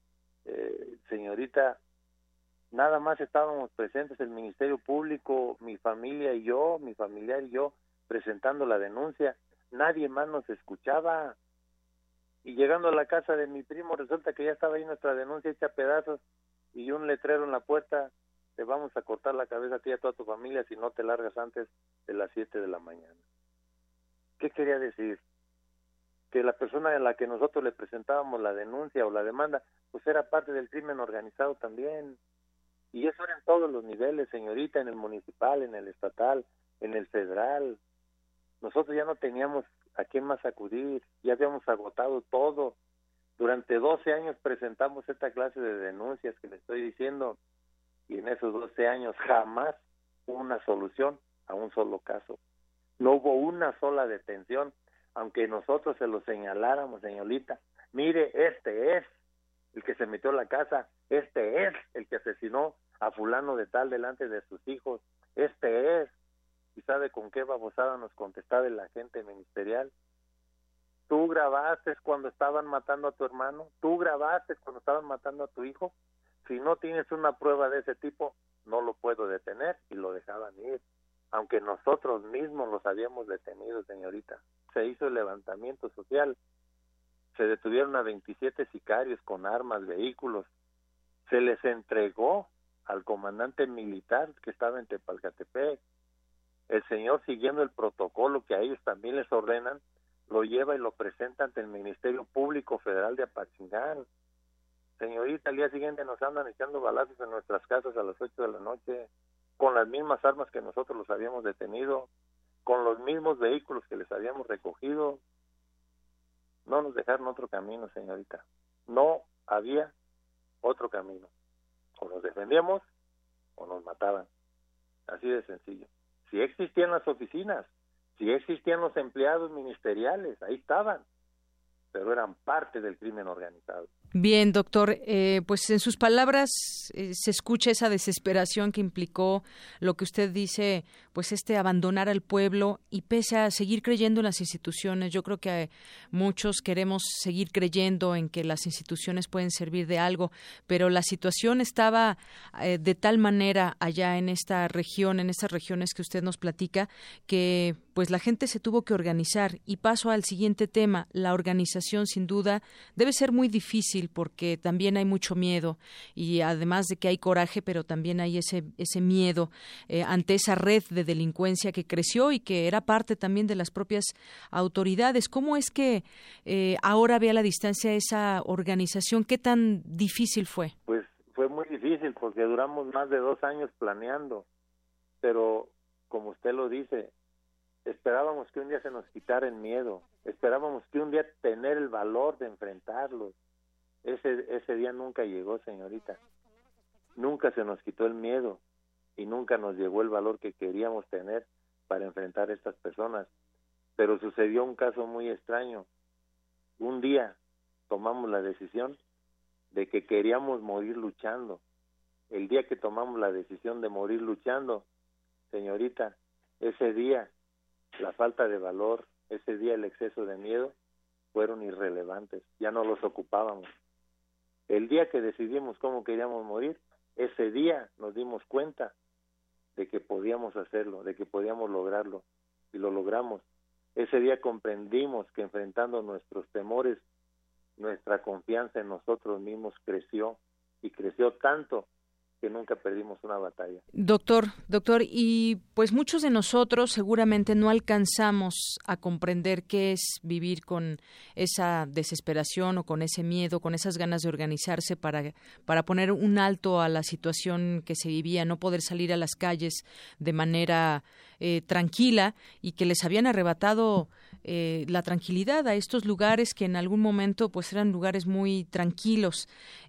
Señorita, nada más estábamos presentes el Ministerio Público, mi familia y yo, mi familiar y yo, presentando la denuncia, nadie más nos escuchaba. Y llegando a la casa de mi primo, resulta que ya estaba ahí nuestra denuncia hecha a pedazos y un letrero en la puerta, te vamos a cortar la cabeza a ti y a toda tu familia si no te largas antes de las 7 de la mañana. ¿Qué quería decir? Que la persona a la que nosotros le presentábamos la denuncia o la demanda, pues era parte del crimen organizado también. Y eso era en todos los niveles, señorita, en el municipal, en el estatal, en el federal. Nosotros ya no teníamos a quién más acudir, ya habíamos agotado todo. Durante 12 años presentamos esta clase de denuncias que le estoy diciendo, y en esos 12 años jamás hubo una solución a un solo caso. No hubo una sola detención, aunque nosotros se lo señaláramos, señorita. Mire, este es el que se metió a la casa, este es el que asesinó a fulano de tal delante de sus hijos, este es. ¿Y sabe con qué babosada nos contestaba el agente ministerial? ¿Tú grabaste cuando estaban matando a tu hermano? ¿Tú grabaste cuando estaban matando a tu hijo? Si no tienes una prueba de ese tipo, no lo puedo detener, y lo dejaban ir. Aunque nosotros mismos los habíamos detenido, señorita. Se hizo el levantamiento social. Se detuvieron a 27 sicarios con armas, vehículos. Se les entregó al comandante militar que estaba en Tepalcatepec. El señor, siguiendo el protocolo que a ellos también les ordenan, lo lleva y lo presenta ante el Ministerio Público Federal de Apatzingán. Señorita, al día siguiente nos andan echando balazos en nuestras casas a las 8 de la noche, con las mismas armas que nosotros los habíamos detenido, con los mismos vehículos que les habíamos recogido. No nos dejaron otro camino, señorita. No había otro camino. O nos defendíamos o nos mataban. Así de sencillo. Si existían las oficinas, si existían los empleados ministeriales, ahí estaban, pero eran parte del crimen organizado. Bien, doctor, pues en sus palabras se escucha esa desesperación que implicó lo que usted dice, pues abandonar al pueblo, y pese a seguir creyendo en las instituciones, yo creo que muchos queremos seguir creyendo en que las instituciones pueden servir de algo, pero la situación estaba de tal manera allá en esta región, en estas regiones que usted nos platica, que pues la gente se tuvo que organizar. Y paso al siguiente tema, la organización sin duda debe ser muy difícil porque también hay mucho miedo, y además de que hay coraje, pero también hay ese miedo ante esa red de delincuencia que creció y que era parte también de las propias autoridades. ¿Cómo es que ahora ve a la distancia esa organización? ¿Qué tan difícil fue? Pues fue muy difícil porque duramos más de 2 años planeando, pero como usted lo dice, esperábamos que un día se nos quitara el miedo, esperábamos que un día tener el valor de enfrentarlos. Ese día nunca llegó, señorita. Nunca se nos quitó el miedo y nunca nos llegó el valor que queríamos tener para enfrentar a estas personas. Pero sucedió un caso muy extraño. Un día tomamos la decisión de que queríamos morir luchando. El día que tomamos la decisión de morir luchando, señorita, ese día la falta de valor, ese día el exceso de miedo fueron irrelevantes, ya no los ocupábamos. El día que decidimos cómo queríamos morir, ese día nos dimos cuenta de que podíamos hacerlo, de que podíamos lograrlo, y lo logramos. Ese día comprendimos que enfrentando nuestros temores, nuestra confianza en nosotros mismos creció, y creció tanto que nunca perdimos una batalla. Doctor, y pues muchos de nosotros seguramente no alcanzamos a comprender qué es vivir con esa desesperación o con ese miedo, con esas ganas de organizarse para poner un alto a la situación que se vivía, no poder salir a las calles de manera tranquila, y que les habían arrebatado la tranquilidad a estos lugares que en algún momento pues eran lugares muy tranquilos.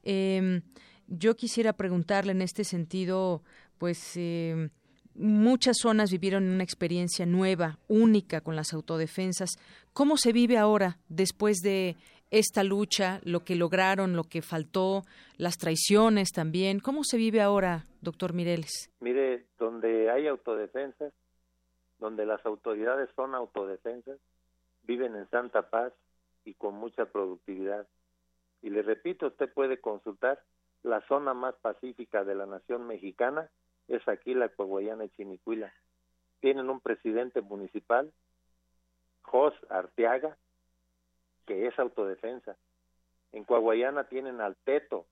Yo quisiera preguntarle en este sentido, pues muchas zonas vivieron una experiencia nueva, única con las autodefensas. ¿Cómo se vive ahora después de esta lucha, lo que lograron, lo que faltó, las traiciones también? ¿Cómo se vive ahora, doctor Mireles? Mire, donde hay autodefensas, donde las autoridades son autodefensas, viven en santa paz y con mucha productividad. Y le repito, usted puede consultar, la zona más pacífica de la nación mexicana es aquí, la Coahuayana y Chinicuila. Tienen un presidente municipal, Jos Arteaga, que es autodefensa. En Coahuayana tienen al Teto,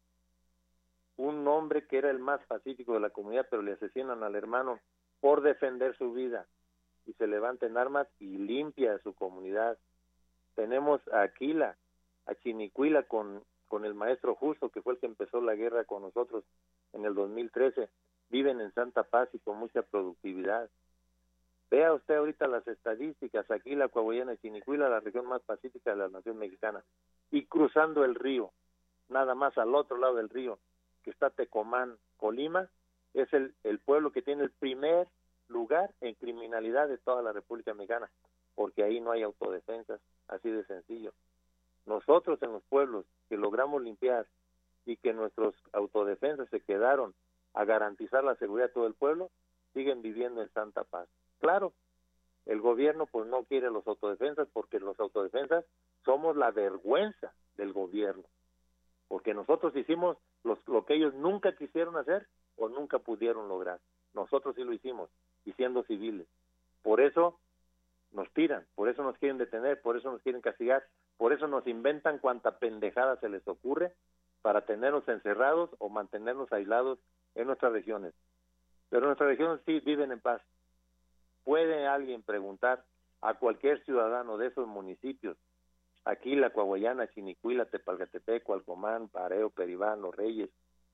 un hombre que era el más pacífico de la comunidad, pero le asesinan al hermano por defender su vida, y se levanta en armas y limpia a su comunidad. Tenemos a Aquila, a Chinicuila con el maestro Justo, que fue el que empezó la guerra con nosotros en el 2013, viven en santa paz y con mucha productividad. Vea usted ahorita las estadísticas, aquí la Coahuayana y Chinicuila, la región más pacífica de la nación mexicana, y cruzando el río, nada más al otro lado del río, que está Tecomán, Colima, es el pueblo que tiene el primer lugar en criminalidad de toda la República Mexicana, porque ahí no hay autodefensas, así de sencillo. Nosotros en los pueblos que logramos limpiar y que nuestros autodefensas se quedaron a garantizar la seguridad de todo el pueblo, siguen viviendo en santa paz. Claro, el gobierno pues no quiere los autodefensas, porque los autodefensas somos la vergüenza del gobierno, porque nosotros hicimos lo que ellos nunca quisieron hacer o nunca pudieron lograr. Nosotros sí lo hicimos, y siendo civiles. Por eso nos tiran, por eso nos quieren detener, por eso nos quieren castigar, por eso nos inventan cuanta pendejada se les ocurre para tenernos encerrados o mantenernos aislados en nuestras regiones. Pero nuestras regiones sí viven en paz. Puede alguien preguntar a cualquier ciudadano de esos municipios, aquí la Coahuayana, Chinicuila, Tepalcatepec, Cualcomán, Pareo, Peribán, Los Reyes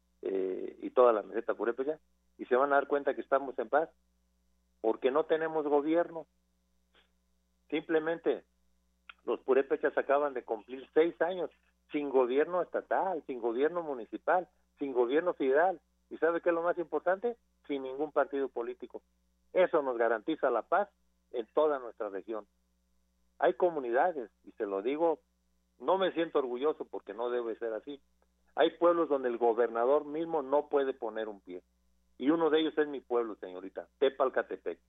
y toda la meseta purépecha, y se van a dar cuenta que estamos en paz, porque no tenemos gobierno. Simplemente los purépechas acaban de cumplir 6 años sin gobierno estatal, sin gobierno municipal, sin gobierno federal, y ¿sabe qué es lo más importante? Sin ningún partido político. Eso nos garantiza la paz en toda nuestra región. Hay comunidades, y se lo digo, no me siento orgulloso porque no debe ser así. Hay pueblos donde el gobernador mismo no puede poner un pie. Y uno de ellos es mi pueblo, señorita, Tepalcatepec.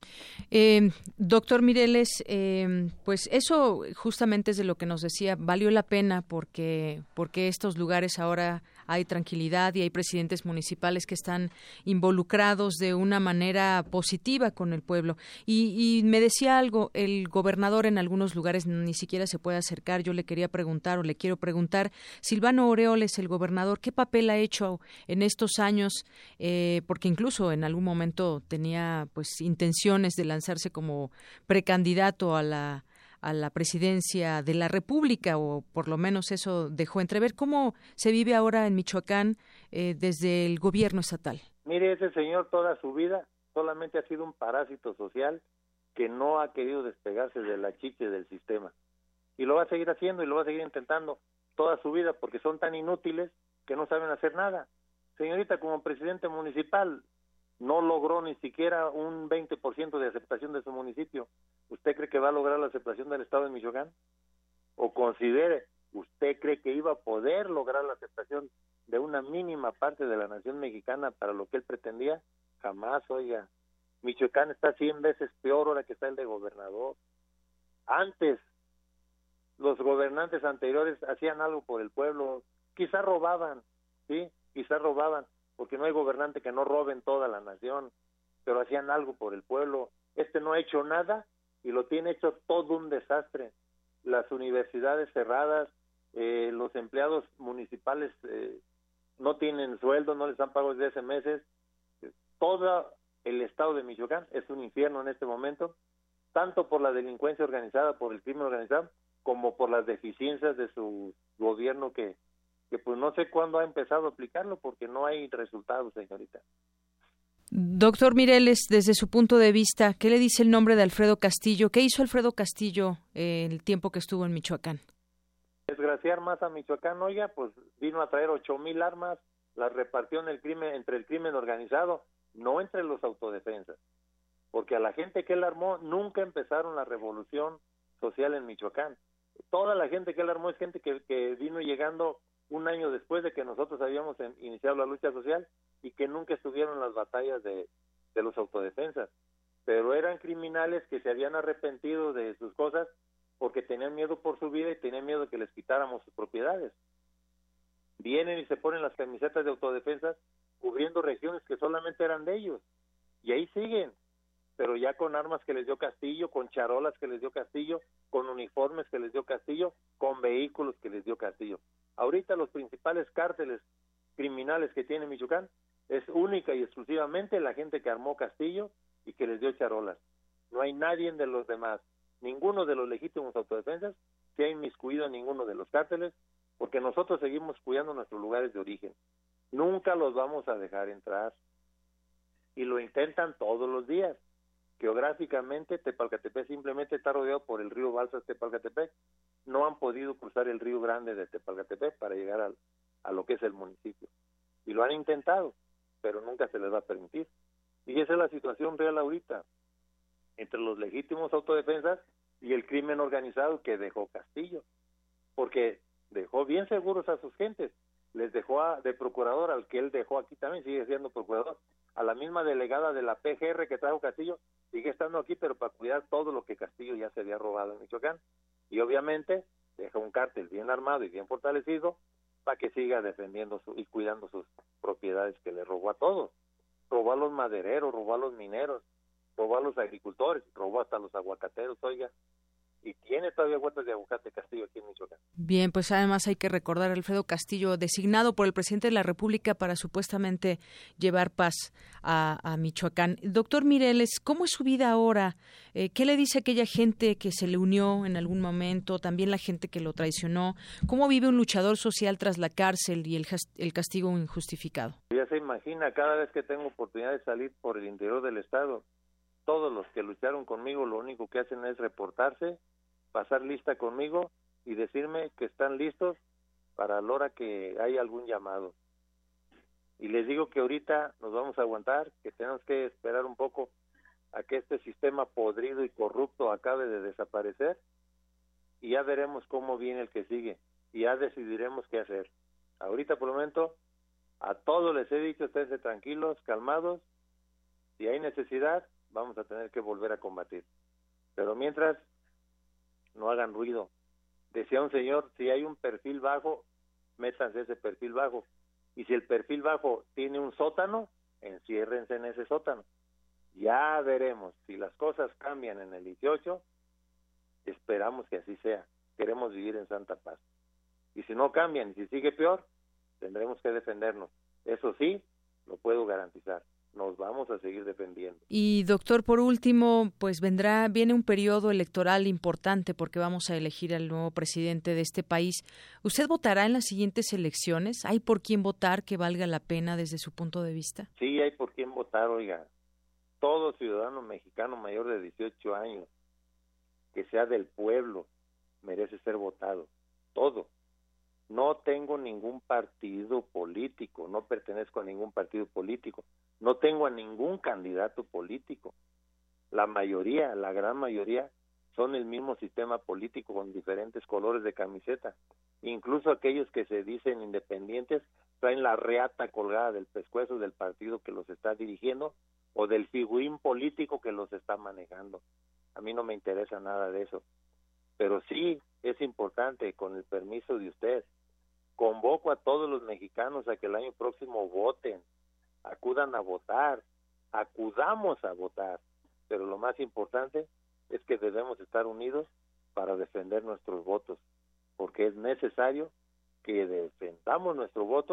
Doctor Mireles, pues eso justamente es de lo que nos decía, valió la pena porque estos lugares ahora hay tranquilidad y hay presidentes municipales que están involucrados de una manera positiva con el pueblo. Y me decía algo, el gobernador en algunos lugares ni siquiera se puede acercar. Yo le quería preguntar, o le quiero preguntar, Silvano Aureoles, el gobernador, ¿qué papel ha hecho en estos años? Porque incluso en algún momento tenía pues intenciones de lanzarse como precandidato a la presidencia de la República, o por lo menos eso dejó entrever. ¿Cómo se vive ahora en Michoacán desde el gobierno estatal? Mire, ese señor toda su vida solamente ha sido un parásito social que no ha querido despegarse de la chiche del sistema. Y lo va a seguir haciendo y lo va a seguir intentando toda su vida, porque son tan inútiles que no saben hacer nada. Señorita, como presidente municipal, no logró ni siquiera un 20% de aceptación de su municipio. ¿Usted cree que va a lograr la aceptación del Estado de Michoacán? O considere, ¿usted cree que iba a poder lograr la aceptación de una mínima parte de la nación mexicana para lo que él pretendía? Jamás, oiga. Michoacán está 100 veces peor ahora que está el de gobernador. Antes, los gobernantes anteriores hacían algo por el pueblo, quizá robaban, ¿sí? Quizá robaban, porque no hay gobernante que no robe en toda la nación, pero hacían algo por el pueblo. Este no ha hecho nada y lo tiene hecho todo un desastre. Las universidades cerradas, los empleados municipales no tienen sueldo, no les han pagado desde hace meses. Todo el estado de Michoacán es un infierno en este momento, tanto por la delincuencia organizada, por el crimen organizado, como por las deficiencias de su gobierno que pues no sé cuándo ha empezado a aplicarlo porque no hay resultados, señorita. Doctor Mireles, desde su punto de vista, ¿qué le dice el nombre de Alfredo Castillo? ¿Qué hizo Alfredo Castillo el tiempo que estuvo en Michoacán? Desgraciar más a Michoacán, oiga, pues vino a traer 8,000 armas, las repartió en el crimen, entre el crimen organizado, no entre los autodefensas, porque a la gente que él armó nunca empezaron la revolución social en Michoacán. Toda la gente que él armó es gente que vino llegando un año después de que nosotros habíamos iniciado la lucha social y que nunca estuvieron en las batallas de los autodefensas, pero eran criminales que se habían arrepentido de sus cosas porque tenían miedo por su vida y tenían miedo de que les quitáramos sus propiedades. Vienen y se ponen las camisetas de autodefensas cubriendo regiones que solamente eran de ellos, y ahí siguen, pero ya con armas que les dio Castillo, con charolas que les dio Castillo, con uniformes que les dio Castillo, con vehículos que les dio Castillo. Ahorita los principales cárteles criminales que tiene Michoacán es única y exclusivamente la gente que armó Castillo y que les dio charolas. No hay nadie de los demás, ninguno de los legítimos autodefensas se ha inmiscuido en ninguno de los cárteles, porque nosotros seguimos cuidando nuestros lugares de origen. Nunca los vamos a dejar entrar. Y lo intentan todos los días. Geográficamente, Tepalcatepec simplemente está rodeado por el río Balsas Tepalcatepec. No han podido cruzar el río Grande de Tepalcatepec para llegar a lo que es el municipio. Y lo han intentado, pero nunca se les va a permitir. Y esa es la situación real ahorita, entre los legítimos autodefensas y el crimen organizado que dejó Castillo. Porque dejó bien seguros a sus gentes, les dejó de procurador, al que él dejó aquí también, sigue siendo procurador, a la misma delegada de la PGR que trajo Castillo, sigue estando aquí, pero para cuidar todo lo que Castillo ya se había robado en Michoacán, y obviamente deja un cártel bien armado y bien fortalecido para que siga defendiendo y cuidando sus propiedades que le robó a todos, robó a los madereros, robó a los mineros, robó a los agricultores, robó hasta a los aguacateros, oiga, y tiene todavía huertas de aguacate Castillo aquí en Michoacán. Bien, pues además hay que recordar a Alfredo Castillo, designado por el presidente de la República para supuestamente llevar paz a Michoacán. Doctor Mireles, ¿cómo es su vida ahora? ¿Qué le dice a aquella gente que se le unió en algún momento, también la gente que lo traicionó? ¿Cómo vive un luchador social tras la cárcel y el castigo injustificado? Ya se imagina, cada vez que tengo oportunidad de salir por el interior del estado, todos los que lucharon conmigo lo único que hacen es reportarse, pasar lista conmigo y decirme que están listos para la hora que hay algún llamado. Y les digo que ahorita nos vamos a aguantar, que tenemos que esperar un poco a que este sistema podrido y corrupto acabe de desaparecer y ya veremos cómo viene el que sigue y ya decidiremos qué hacer. Ahorita por el momento a todos les he dicho, esténse tranquilos, calmados, si hay necesidad vamos a tener que volver a combatir. Pero mientras, no hagan ruido. Decía un señor, si hay un perfil bajo, métanse ese perfil bajo. Y si el perfil bajo tiene un sótano, enciérrense en ese sótano. Ya veremos. Si las cosas cambian en el 18, esperamos que así sea. Queremos vivir en santa paz. Y si no cambian y si sigue peor, tendremos que defendernos. Eso sí, lo puedo garantizar. Nos vamos a seguir defendiendo. Y doctor, por último, pues viene un periodo electoral importante porque vamos a elegir al nuevo presidente de este país. ¿Usted votará en las siguientes elecciones? ¿Hay por quién votar que valga la pena desde su punto de vista? Sí, hay por quién votar, oiga. Todo ciudadano mexicano mayor de 18 años, que sea del pueblo, merece ser votado. Todo. No tengo ningún partido político, no pertenezco a ningún partido político, no tengo a ningún candidato político. La mayoría, la gran mayoría, son el mismo sistema político con diferentes colores de camiseta. Incluso aquellos que se dicen independientes traen la reata colgada del pescuezo del partido que los está dirigiendo o del figurín político que los está manejando. A mí no me interesa nada de eso. Pero sí es importante, con el permiso de usted, convoco a todos los mexicanos a que el año próximo voten, acudan a votar, acudamos a votar, pero lo más importante es que debemos estar unidos para defender nuestros votos, porque es necesario que defendamos nuestro voto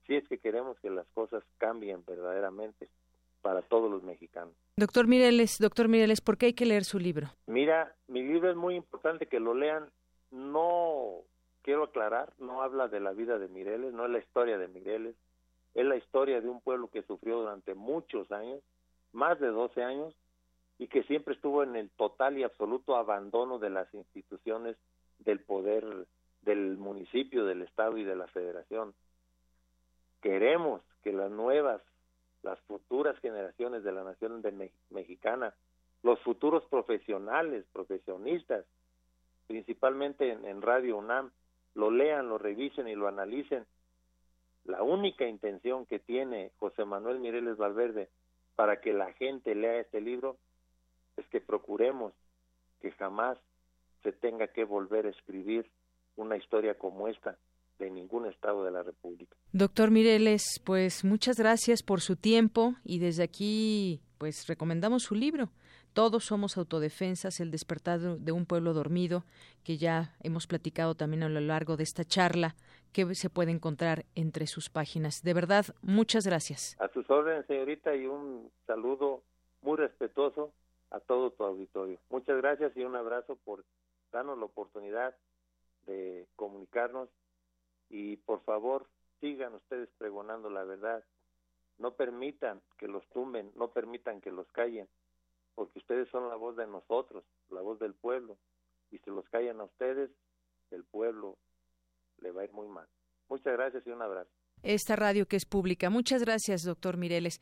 si es que queremos que las cosas cambien verdaderamente para todos los mexicanos. Doctor Mireles, ¿por qué hay que leer su libro? Mira, mi libro es muy importante que lo lean. No, quiero aclarar, no habla de la vida de Mireles, no es la historia de Mireles, es la historia de un pueblo que sufrió durante muchos años, más de 12 años, y que siempre estuvo en el total y absoluto abandono de las instituciones del poder del municipio, del estado y de la federación. Queremos que las futuras generaciones de la nación mexicana, los futuros profesionistas, principalmente en Radio UNAM, lo lean, lo revisen y lo analicen. La única intención que tiene José Manuel Mireles Valverde para que la gente lea este libro es que procuremos que jamás se tenga que volver a escribir una historia como esta de ningún estado de la República. Doctor Mireles, pues muchas gracias por su tiempo y desde aquí pues recomendamos su libro. Todos somos autodefensas, el despertar de un pueblo dormido, que ya hemos platicado también a lo largo de esta charla, que se puede encontrar entre sus páginas. De verdad, muchas gracias. A sus órdenes, señorita, y un saludo muy respetuoso a todo tu auditorio. Muchas gracias y un abrazo por darnos la oportunidad de comunicarnos y por favor sigan ustedes pregonando la verdad. No permitan que los tumben, no permitan que los callen, porque ustedes son la voz de nosotros, la voz del pueblo, y si los callan a ustedes, el pueblo le va a ir muy mal. Muchas gracias y un abrazo. Esta radio que es pública. Muchas gracias, doctor Mireles.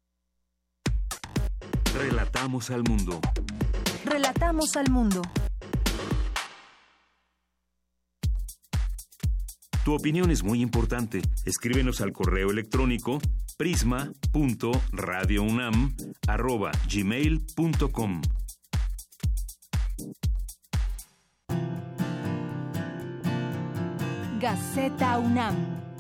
Relatamos al mundo. Relatamos al mundo. Tu opinión es muy importante. Escríbenos al correo electrónico prisma.radiounam@gmail.com. Gaceta UNAM.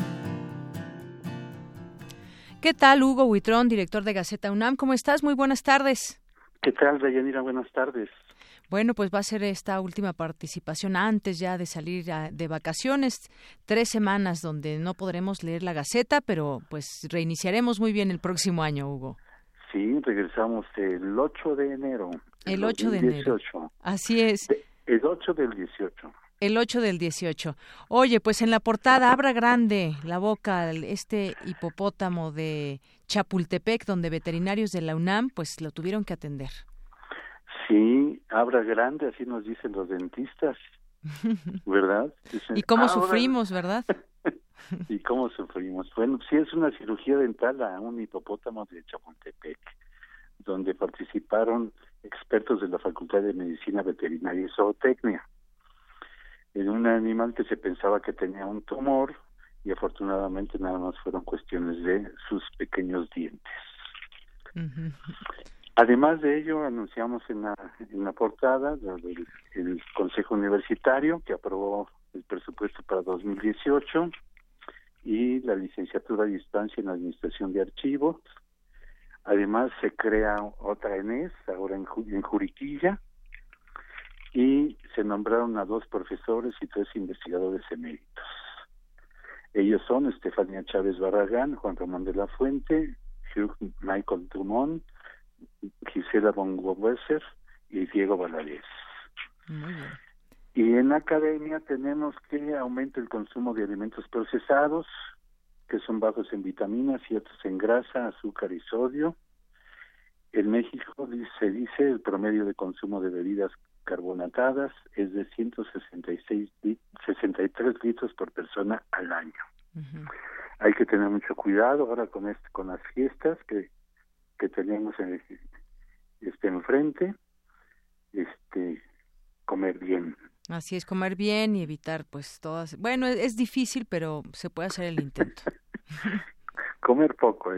¿Qué tal, Hugo Huitrón, director de Gaceta UNAM? ¿Cómo estás? Muy buenas tardes. ¿Qué tal, Deyanira? Buenas tardes. Bueno, pues va a ser esta última participación antes ya de salir de vacaciones, 3 semanas donde no podremos leer la Gaceta, pero pues reiniciaremos muy bien el próximo año, Hugo. Sí, regresamos el 8 de enero. El 8 de enero. Así es. El 8 del 18. El 8 del 18. Oye, pues en la portada abra grande la boca este hipopótamo de Chapultepec, donde veterinarios de la UNAM pues lo tuvieron que atender. Sí, abra grande, así nos dicen los dentistas, ¿verdad? Dicen, y cómo sufrimos, ¿verdad? Y cómo sufrimos. Bueno, sí es una cirugía dental a un hipopótamo de Chapultepec, donde participaron expertos de la Facultad de Medicina Veterinaria y Zootecnia. En un animal que se pensaba que tenía un tumor y afortunadamente nada más fueron cuestiones de sus pequeños dientes. Uh-huh. Además de ello, anunciamos en la portada el Consejo Universitario que aprobó el presupuesto para 2018 y la licenciatura a distancia en Administración de Archivos. Además, se crea otra ENES, ahora en Juriquilla, y se nombraron a 2 profesores y 3 investigadores eméritos. Ellos son Estefanía Chávez Barragán, Juan Ramón de la Fuente, Hugh Michael Dumont, Gisela von Wesser y Diego Valadez. Muy bien. Y en academia tenemos que aumenta el consumo de alimentos procesados, que son bajos en vitaminas y altos en grasa, azúcar y sodio. En México se dice el promedio de consumo de bebidas carbonatadas es de 63 litros por persona al año. Uh-huh. Hay que tener mucho cuidado ahora con las fiestas que tenemos enfrente, comer bien. Así es, comer bien y evitar pues todas. Bueno, es difícil, pero se puede hacer el intento. Comer poco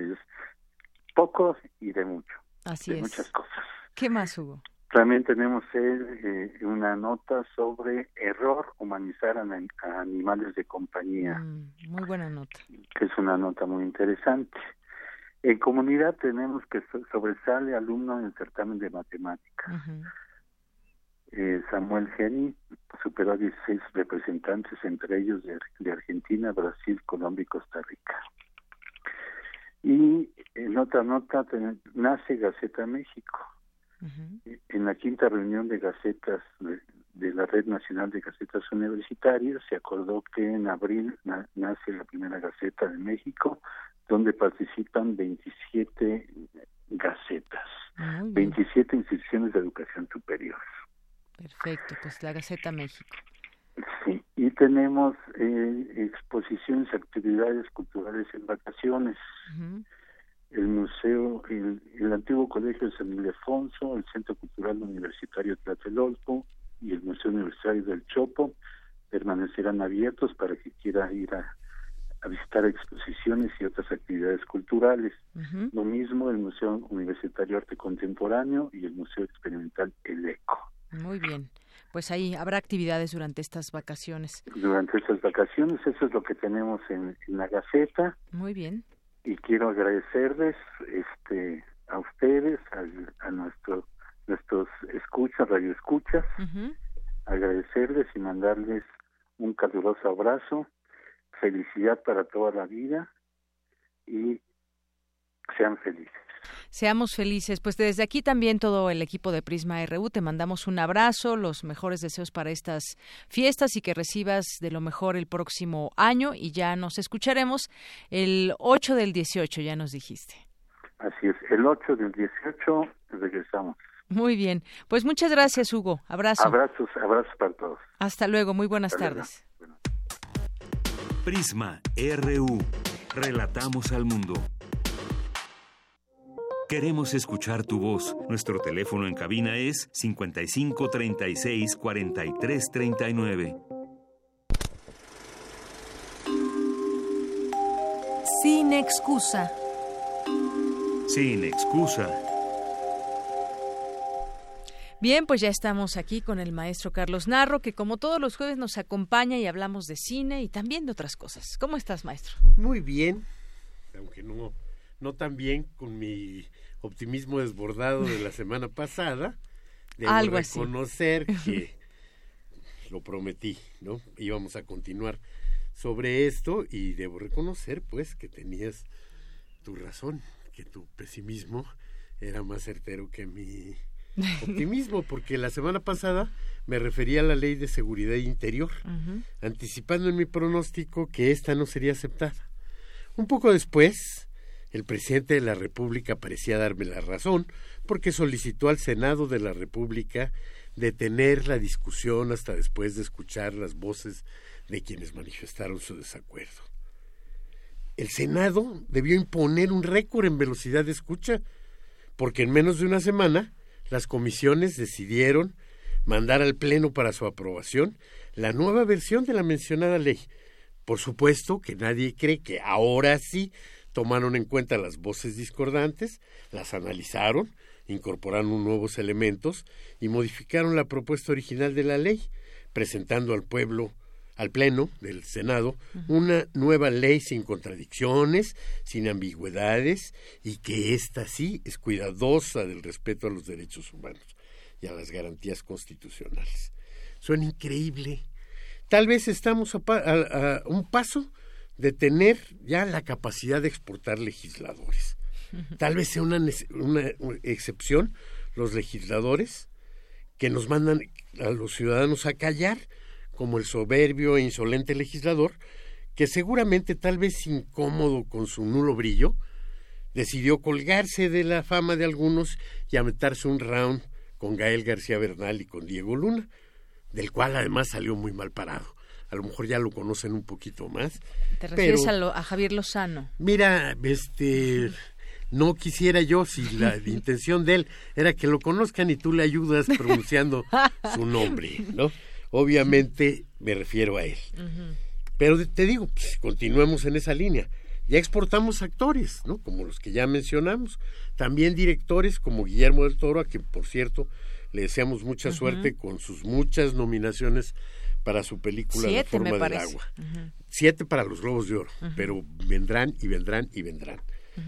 y de mucho. Así de es. Muchas cosas. ¿Qué más, Hugo? También tenemos una nota sobre error humanizar a animales de compañía. Muy buena nota. Que es una nota muy interesante. En comunidad tenemos que sobresale alumno en el certamen de matemáticas. Uh-huh. Samuel Geni superó a 16 representantes, entre ellos de Argentina, Brasil, Colombia y Costa Rica. Y en otra nota nace Gaceta México. En la quinta reunión de gacetas de la Red Nacional de Gacetas Universitarias se acordó que en abril nace la primera Gaceta de México, donde participan 27 gacetas, 27 instituciones de educación superior. Perfecto, pues la Gaceta México. Sí, y tenemos exposiciones, actividades culturales en vacaciones. El museo, el antiguo colegio de San Ildefonso, el Centro Cultural Universitario Tlatelolco y el Museo Universitario del Chopo permanecerán abiertos para que quiera ir a visitar exposiciones y otras actividades culturales. Lo mismo el Museo Universitario Arte Contemporáneo y el Museo Experimental El Eco. Muy bien, pues ahí habrá actividades durante estas vacaciones. Durante estas vacaciones, eso es lo que tenemos en la Gaceta. Muy bien. Y quiero agradecerles a ustedes, a nuestros escuchas, radioescuchas, agradecerles y mandarles un caluroso abrazo, felicidad para toda la vida y sean felices. Seamos felices. Pues desde aquí también todo el equipo de Prisma RU te mandamos un abrazo, los mejores deseos para estas fiestas y que recibas de lo mejor el próximo año y ya nos escucharemos el 8 del 18, ya nos dijiste. Así es, el 8 del 18 regresamos. Muy bien, pues muchas gracias, Hugo. Abrazo. Abrazos para todos. Hasta luego, muy buenas tardes. Prisma RU. Relatamos al mundo. Queremos escuchar tu voz. Nuestro teléfono en cabina es 55 36 43 39. Sin excusa. Sin excusa. Bien, pues ya estamos aquí con el maestro Carlos Narro, que como todos los jueves nos acompaña y hablamos de cine y también de otras cosas. ¿Cómo estás, maestro? Muy bien, aunque no tan bien con mi optimismo desbordado de la semana pasada. Debo reconocer que lo prometí, ¿no? Íbamos a continuar sobre esto y debo reconocer, pues, que tenías tu razón, que tu pesimismo era más certero que mi optimismo, porque la semana pasada me refería a la Ley de Seguridad Interior, anticipando en mi pronóstico que esta no sería aceptada. Un poco después, el presidente de la República parecía darme la razón, porque solicitó al Senado de la República detener la discusión hasta después de escuchar las voces de quienes manifestaron su desacuerdo. El Senado debió imponer un récord en velocidad de escucha, porque en menos de una semana las comisiones decidieron mandar al Pleno para su aprobación la nueva versión de la mencionada ley. Por supuesto que nadie cree que ahora sí tomaron en cuenta las voces discordantes, las analizaron, incorporaron nuevos elementos y modificaron la propuesta original de la ley, presentando al Pleno del Senado, una nueva ley sin contradicciones, sin ambigüedades, y que ésta sí es cuidadosa del respeto a los derechos humanos y a las garantías constitucionales. Suena increíble. Tal vez estamos a un paso de tener ya la capacidad de exportar legisladores. Tal vez sea una excepción los legisladores que nos mandan a los ciudadanos a callar, como el soberbio e insolente legislador, que seguramente, tal vez incómodo con su nulo brillo, decidió colgarse de la fama de algunos y aventarse un round con Gael García Bernal y con Diego Luna, del cual además salió muy mal parado. A lo mejor ya lo conocen un poquito más. ¿Te refieres a Javier Lozano? Mira, no quisiera yo, si la intención de él era que lo conozcan y tú le ayudas pronunciando su nombre, ¿no? Obviamente me refiero a él. Pero te digo, pues, continuemos en esa línea. Ya exportamos actores, ¿no? Como los que ya mencionamos. También directores como Guillermo del Toro, a quien, por cierto, le deseamos mucha suerte con sus muchas nominaciones para su película 7, La forma del agua. 7 para los Globos de Oro, pero vendrán y vendrán y vendrán.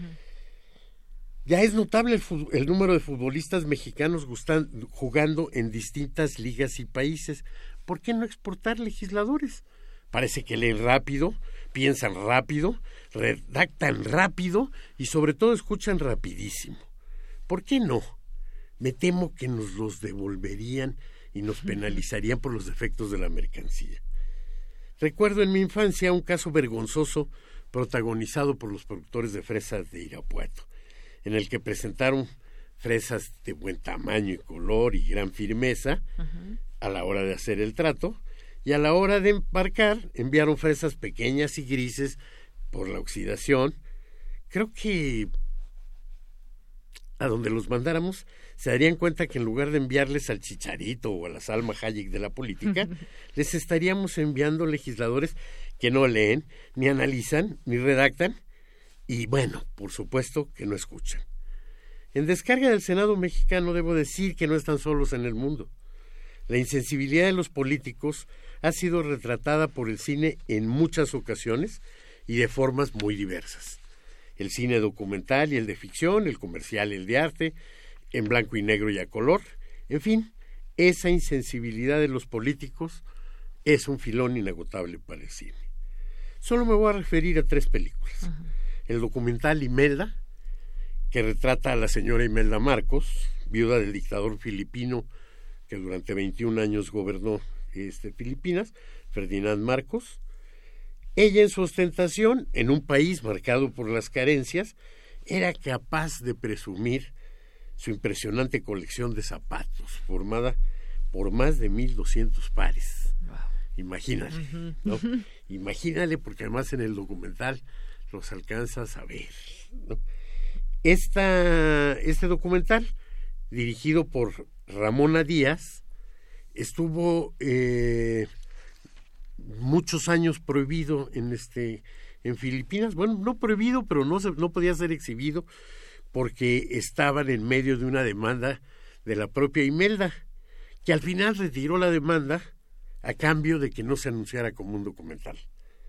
Ya es notable el número de futbolistas mexicanos jugando en distintas ligas y países. ¿Por qué no exportar legisladores? Parece que leen rápido, piensan rápido, redactan rápido y sobre todo escuchan rapidísimo. ¿Por qué no? Me temo que nos los devolverían y nos penalizarían por los defectos de la mercancía. Recuerdo en mi infancia un caso vergonzoso protagonizado por los productores de fresas de Irapuato, en el que presentaron fresas de buen tamaño y color y gran firmeza a la hora de hacer el trato, y a la hora de embarcar enviaron fresas pequeñas y grises por la oxidación. Creo que a donde los mandáramos se darían cuenta que en lugar de enviarles al Chicharito o a la Salma Hayek de la política, les estaríamos enviando legisladores que no leen, ni analizan, ni redactan, y bueno, por supuesto que no escuchan. En Descarga del Senado mexicano debo decir que no están solos en el mundo. La insensibilidad de los políticos ha sido retratada por el cine en muchas ocasiones y de formas muy diversas. El cine documental y el de ficción, el comercial y el de arte, en blanco y negro y a color. En fin, esa insensibilidad de los políticos es un filón inagotable para el cine. Solo me voy a referir a 3 películas. El documental Imelda, que retrata a la señora Imelda Marcos, viuda del dictador filipino que durante 21 años gobernó Filipinas, Ferdinand Marcos. Ella, en su ostentación, en un país marcado por las carencias, era capaz de presumir su impresionante colección de zapatos, formada por más de 1,200 pares. Wow. Imagínale, ¿no? Imagínale, porque además en el documental los alcanzas a ver, ¿no? Este documental, dirigido por Ramona Díaz, estuvo muchos años prohibido en Filipinas. Bueno, no prohibido, pero no podía ser exhibido porque estaban en medio de una demanda de la propia Imelda, que al final retiró la demanda a cambio de que no se anunciara como un documental.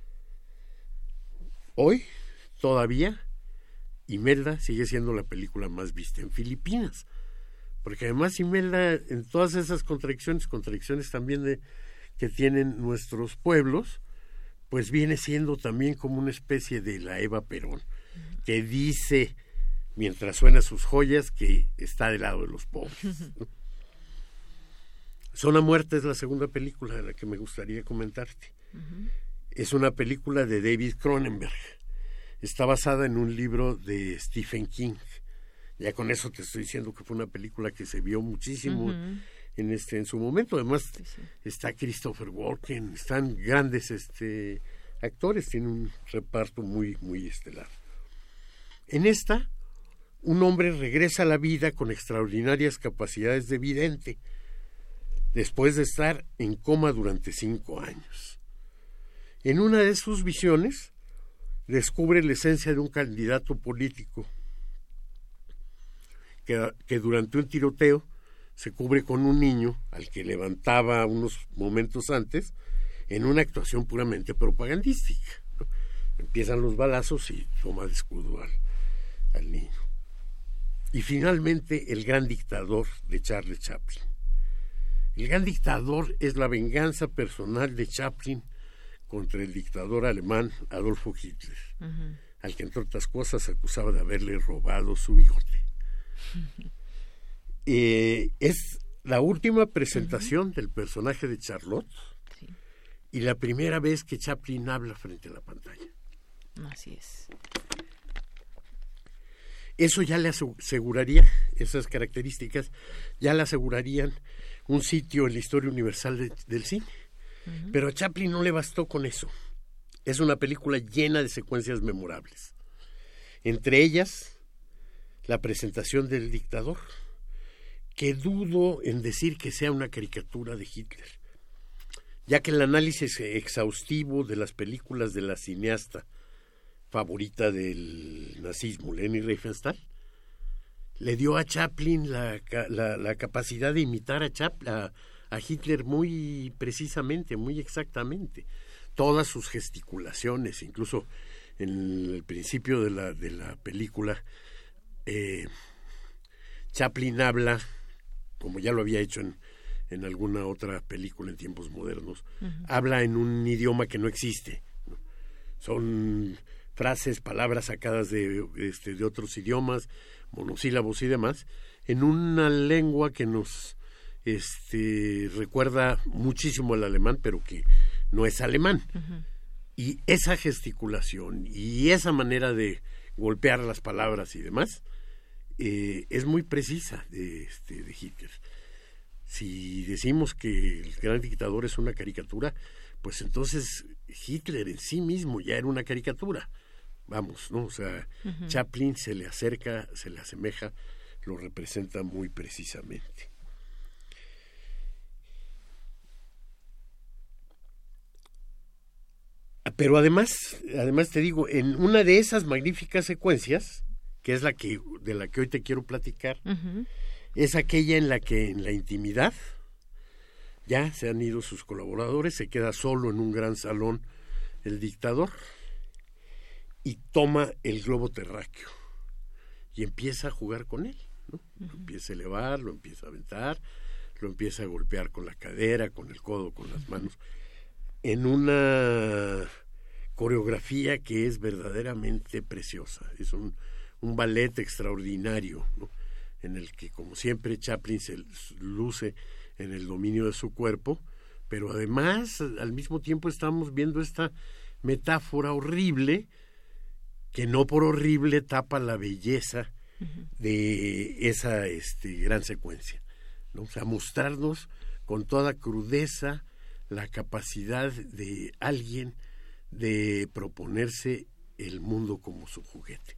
Hoy, todavía, Imelda sigue siendo la película más vista en Filipinas, porque además Imelda, en todas esas contradicciones también que tienen nuestros pueblos, pues viene siendo también como una especie de la Eva Perón, que dice, mientras suena sus joyas, que está del lado de los pobres, ¿no? Zona Muerta es la segunda película de la que me gustaría comentarte. Es una película de David Cronenberg. Está basada en un libro de Stephen King. Ya con eso te estoy diciendo que fue una película que se vio muchísimo en su momento. Además, está Christopher Walken, están grandes actores, tiene un reparto muy, muy estelar. En esta, un hombre regresa a la vida con extraordinarias capacidades de vidente, después de estar en coma durante 5 años. En una de sus visiones, descubre la esencia de un candidato político que durante un tiroteo se cubre con un niño al que levantaba unos momentos antes en una actuación puramente propagandística, ¿no? Empiezan los balazos y toma de escudo al niño. Y finalmente, El Gran Dictador, de Charles Chaplin. El Gran Dictador es la venganza personal de Chaplin contra el dictador alemán Adolfo Hitler, al que entre otras cosas acusaba de haberle robado su bigote. Es la última presentación del personaje de Charlotte y la primera vez que Chaplin habla frente a la pantalla. Así es. Eso ya le aseguraría, esas características ya le asegurarían un sitio en la historia universal del cine. Pero a Chaplin no le bastó con eso. Es una película llena de secuencias memorables. Entre ellas, la presentación del dictador, que dudo en decir que sea una caricatura de Hitler, ya que el análisis exhaustivo de las películas de la cineasta favorita del nazismo, Leni Riefenstahl, le dio a Chaplin la capacidad de imitar a Hitler muy precisamente, muy exactamente. Todas sus gesticulaciones, incluso en el principio de la película, Chaplin habla, como ya lo había hecho en alguna otra película en tiempos modernos, habla en un idioma que no existe, ¿no? Son frases, palabras sacadas de otros idiomas, monosílabos y demás, en una lengua que nos recuerda muchísimo al alemán, pero que no es alemán. Uh-huh. Y esa gesticulación y esa manera de golpear las palabras y demás es muy precisa de Hitler. Si decimos que el gran dictador es una caricatura, pues entonces Hitler en sí mismo ya era una caricatura. Vamos, ¿no? O sea, uh-huh. Chaplin se le acerca, se le asemeja, lo representa muy precisamente. Pero además te digo, en una de esas magníficas secuencias, que es de la que hoy te quiero platicar, uh-huh. es aquella en la que en la intimidad ya se han ido sus colaboradores, se queda solo en un gran salón el dictador y toma el globo terráqueo y empieza a jugar con él, ¿no? Uh-huh. Lo empieza a elevar, lo empieza a aventar, lo empieza a golpear con la cadera, con el codo, con las manos, en una coreografía que es verdaderamente preciosa. Es un ballet extraordinario, ¿no? En el que, como siempre, Chaplin se luce en el dominio de su cuerpo, pero además, al mismo tiempo, estamos viendo esta metáfora horrible, que no por horrible tapa la belleza uh-huh. de esa gran secuencia, ¿no? O sea, mostrarnos con toda crudeza la capacidad de alguien de proponerse el mundo como su juguete.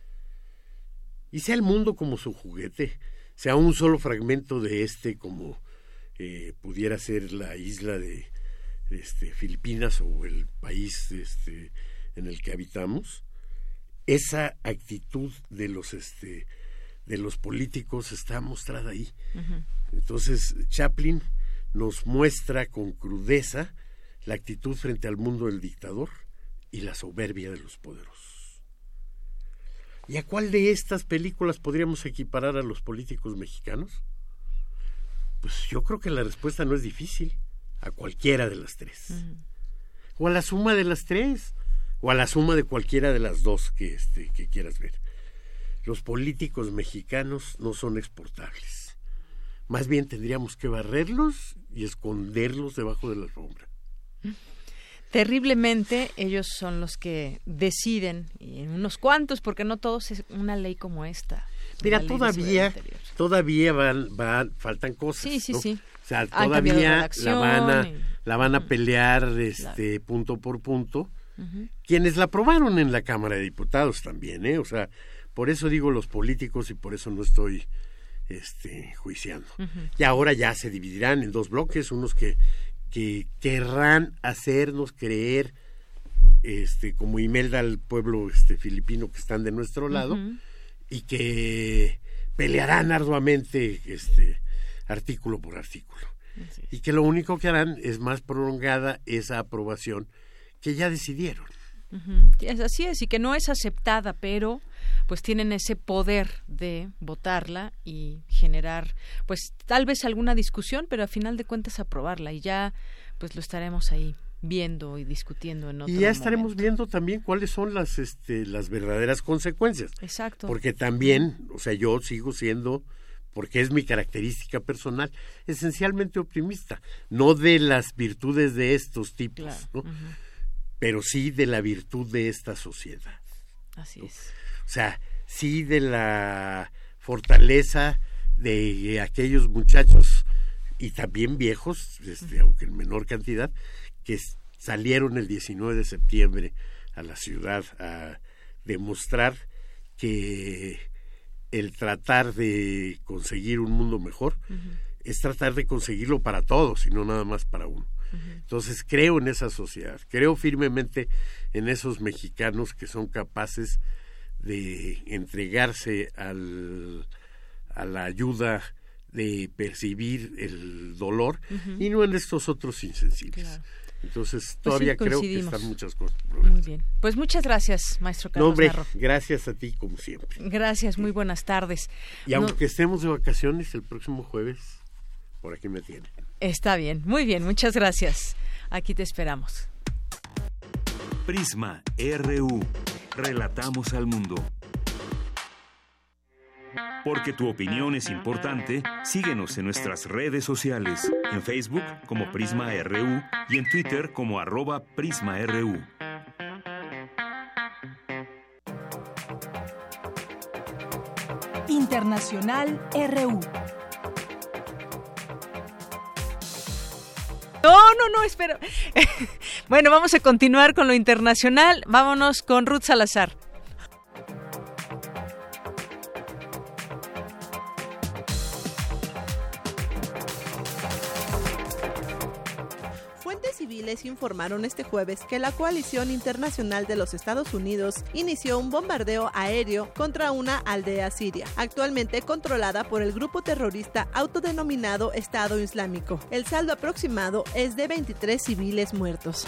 Y sea el mundo como su juguete, sea un solo fragmento de como pudiera ser la isla de Filipinas o el país en el que habitamos, esa actitud de los políticos está mostrada ahí. Uh-huh. Entonces Chaplin nos muestra con crudeza la actitud frente al mundo del dictador y la soberbia de los poderosos. ¿Y a cuál de estas películas podríamos equiparar a los políticos mexicanos? Pues yo creo que la respuesta no es difícil, a cualquiera de las tres. Uh-huh. O a la suma de las tres, o a la suma de cualquiera de las dos que quieras ver. Los políticos mexicanos no son exportables. Más bien tendríamos que barrerlos y esconderlos debajo de la alfombra. Terriblemente, ellos son los que deciden, y en unos cuantos, porque no todos es una ley como esta. Mira, todavía faltan cosas. Sí, ¿no? sí. O sea, todavía la van a pelear claro. Punto por punto. Uh-huh. Quienes la aprobaron en la Cámara de Diputados también, O sea, por eso digo los políticos y por eso no estoy juiciando. Uh-huh. Y ahora ya se dividirán en dos bloques, unos que querrán hacernos creer como Imelda al pueblo filipino que están de nuestro lado uh-huh. y que pelearán arduamente artículo por artículo. Sí. Y que lo único que harán es más prolongada esa aprobación que ya decidieron. Uh-huh. Así es, y que no es aceptada, pero pues tienen ese poder de votarla y generar pues tal vez alguna discusión, pero a final de cuentas aprobarla, y ya pues lo estaremos ahí viendo y discutiendo en otro momento. Y ya estaremos viendo también cuáles son las verdaderas consecuencias. Exacto. Porque también, o sea, yo sigo siendo, porque es mi característica personal, esencialmente optimista, no de las virtudes de estos tipos, claro. ¿no? Uh-huh. Pero sí de la virtud de esta sociedad. Así es. O sea, sí de la fortaleza de aquellos muchachos y también viejos, aunque en menor cantidad, que salieron el 19 de septiembre a la ciudad a demostrar que el tratar de conseguir un mundo mejor uh-huh. es tratar de conseguirlo para todos y no nada más para uno. Entonces creo en esa sociedad, creo firmemente en esos mexicanos que son capaces de entregarse a la ayuda, de percibir el dolor uh-huh. y no en estos otros insensibles. Claro. Entonces todavía creo que están muchas cosas. Muy bien, pues muchas gracias, maestro Carlos Narro. Gracias a ti como siempre. Gracias, muy buenas tardes. Y aunque estemos de vacaciones el próximo jueves, por aquí me tienen. Está bien, muy bien, muchas gracias. Aquí te esperamos. Prisma RU. Relatamos al mundo. Porque tu opinión es importante, síguenos en nuestras redes sociales, en Facebook como Prisma RU y en Twitter como @PrismaRU. Internacional RU. No, espera. Bueno, vamos a continuar con lo internacional. Vámonos con Ruth Salazar. Civiles informaron este jueves que la coalición internacional de los Estados Unidos inició un bombardeo aéreo contra una aldea siria, actualmente controlada por el grupo terrorista autodenominado Estado Islámico. El saldo aproximado es de 23 civiles muertos.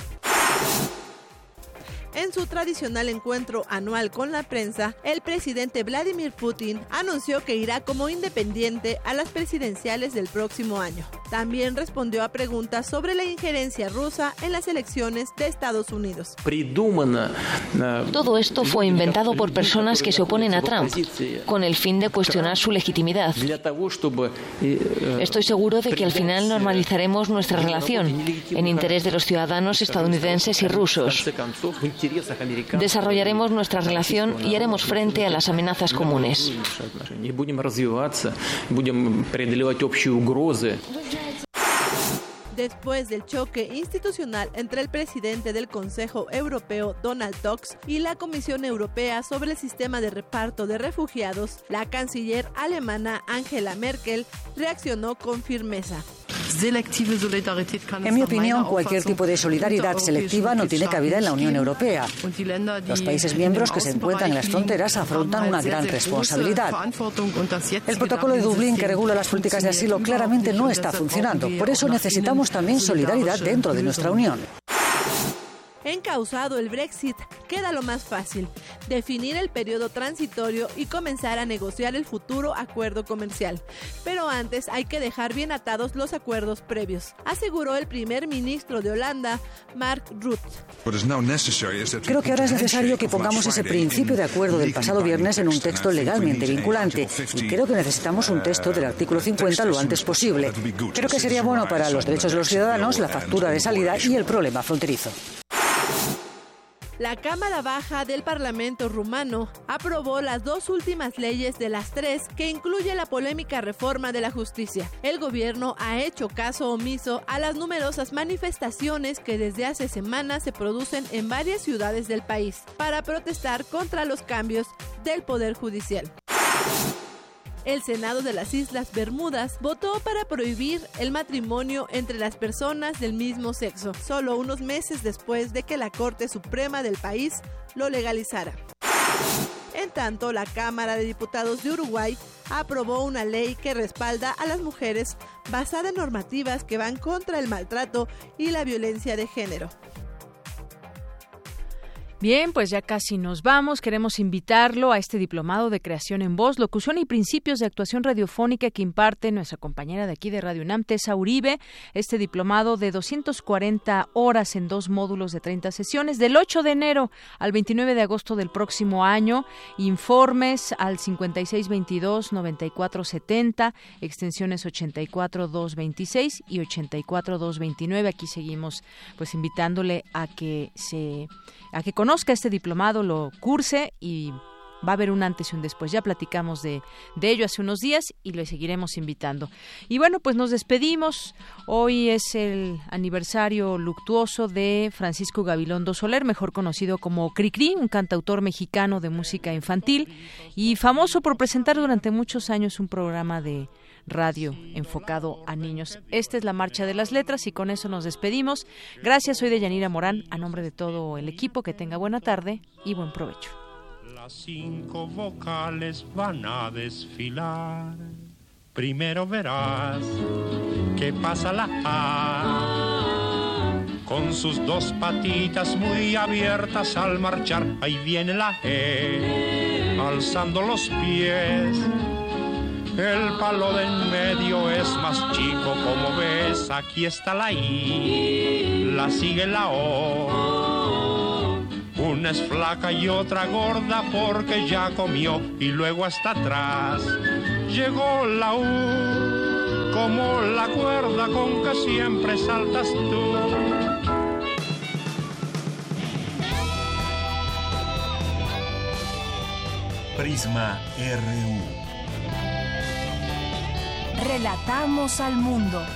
En su tradicional encuentro anual con la prensa, el presidente Vladimir Putin anunció que irá como independiente a las presidenciales del próximo año. También respondió a preguntas sobre la injerencia rusa en las elecciones de Estados Unidos. Todo esto fue inventado por personas que se oponen a Trump, con el fin de cuestionar su legitimidad. Estoy seguro de que al final normalizaremos nuestra relación, en interés de los ciudadanos estadounidenses y rusos. Desarrollaremos nuestra relación y haremos frente a las amenazas comunes. Después del choque institucional entre el presidente del Consejo Europeo, Donald Tusk, y la Comisión Europea sobre el sistema de reparto de refugiados, la canciller alemana Angela Merkel reaccionó con firmeza. En mi opinión, cualquier tipo de solidaridad selectiva no tiene cabida en la Unión Europea. Los países miembros que se encuentran en las fronteras afrontan una gran responsabilidad. El protocolo de Dublín, que regula las políticas de asilo, claramente no está funcionando. Por eso necesitamos también solidaridad dentro de nuestra Unión. Encauzado el Brexit, queda lo más fácil: definir el periodo transitorio y comenzar a negociar el futuro acuerdo comercial. Pero antes hay que dejar bien atados los acuerdos previos, aseguró el primer ministro de Holanda, Mark Rutte. Creo que ahora es necesario que pongamos ese principio de acuerdo del pasado viernes en un texto legalmente vinculante, y creo que necesitamos un texto del artículo 50 lo antes posible. Creo que sería bueno para los derechos de los ciudadanos, la factura de salida y el problema fronterizo. La Cámara Baja del Parlamento rumano aprobó las dos últimas leyes de las tres que incluye la polémica reforma de la justicia. El gobierno ha hecho caso omiso a las numerosas manifestaciones que desde hace semanas se producen en varias ciudades del país para protestar contra los cambios del Poder Judicial. El Senado de las Islas Bermudas votó para prohibir el matrimonio entre las personas del mismo sexo, solo unos meses después de que la Corte Suprema del país lo legalizara. En tanto, la Cámara de Diputados de Uruguay aprobó una ley que respalda a las mujeres basada en normativas que van contra el maltrato y la violencia de género. Bien, pues ya casi nos vamos. Queremos invitarlo a este diplomado de creación en voz, locución y principios de actuación radiofónica que imparte nuestra compañera de aquí de Radio UNAM, Tessa Uribe. Este diplomado de 240 horas en 2 módulos de 30 sesiones, del 8 de enero al 29 de agosto del próximo año. Informes al 5622-9470, extensiones 84226 y 84229. Aquí seguimos pues invitándole a que conozca este diplomado, lo curse y va a haber un antes y un después. Ya platicamos de ello hace unos días y le seguiremos invitando. Y bueno, pues nos despedimos. Hoy es el aniversario luctuoso de Francisco Gabilondo Soler, mejor conocido como Cricri, un cantautor mexicano de música infantil y famoso por presentar durante muchos años un programa de radio enfocado a niños. Esta es la Marcha de las Letras y con eso nos despedimos. Gracias, soy Deyanira Morán, a nombre de todo el equipo. Que tenga buena tarde y buen provecho. Las 5 vocales van a desfilar. Primero verás que pasa la A, con sus 2 patitas muy abiertas al marchar. Ahí viene la E, alzando los pies. El palo de en medio es más chico, como ves. Aquí está la I, la sigue la O. Una es flaca y otra gorda porque ya comió y luego hasta atrás llegó la U, como la cuerda con que siempre saltas tú. Prisma RU. Relatamos al mundo.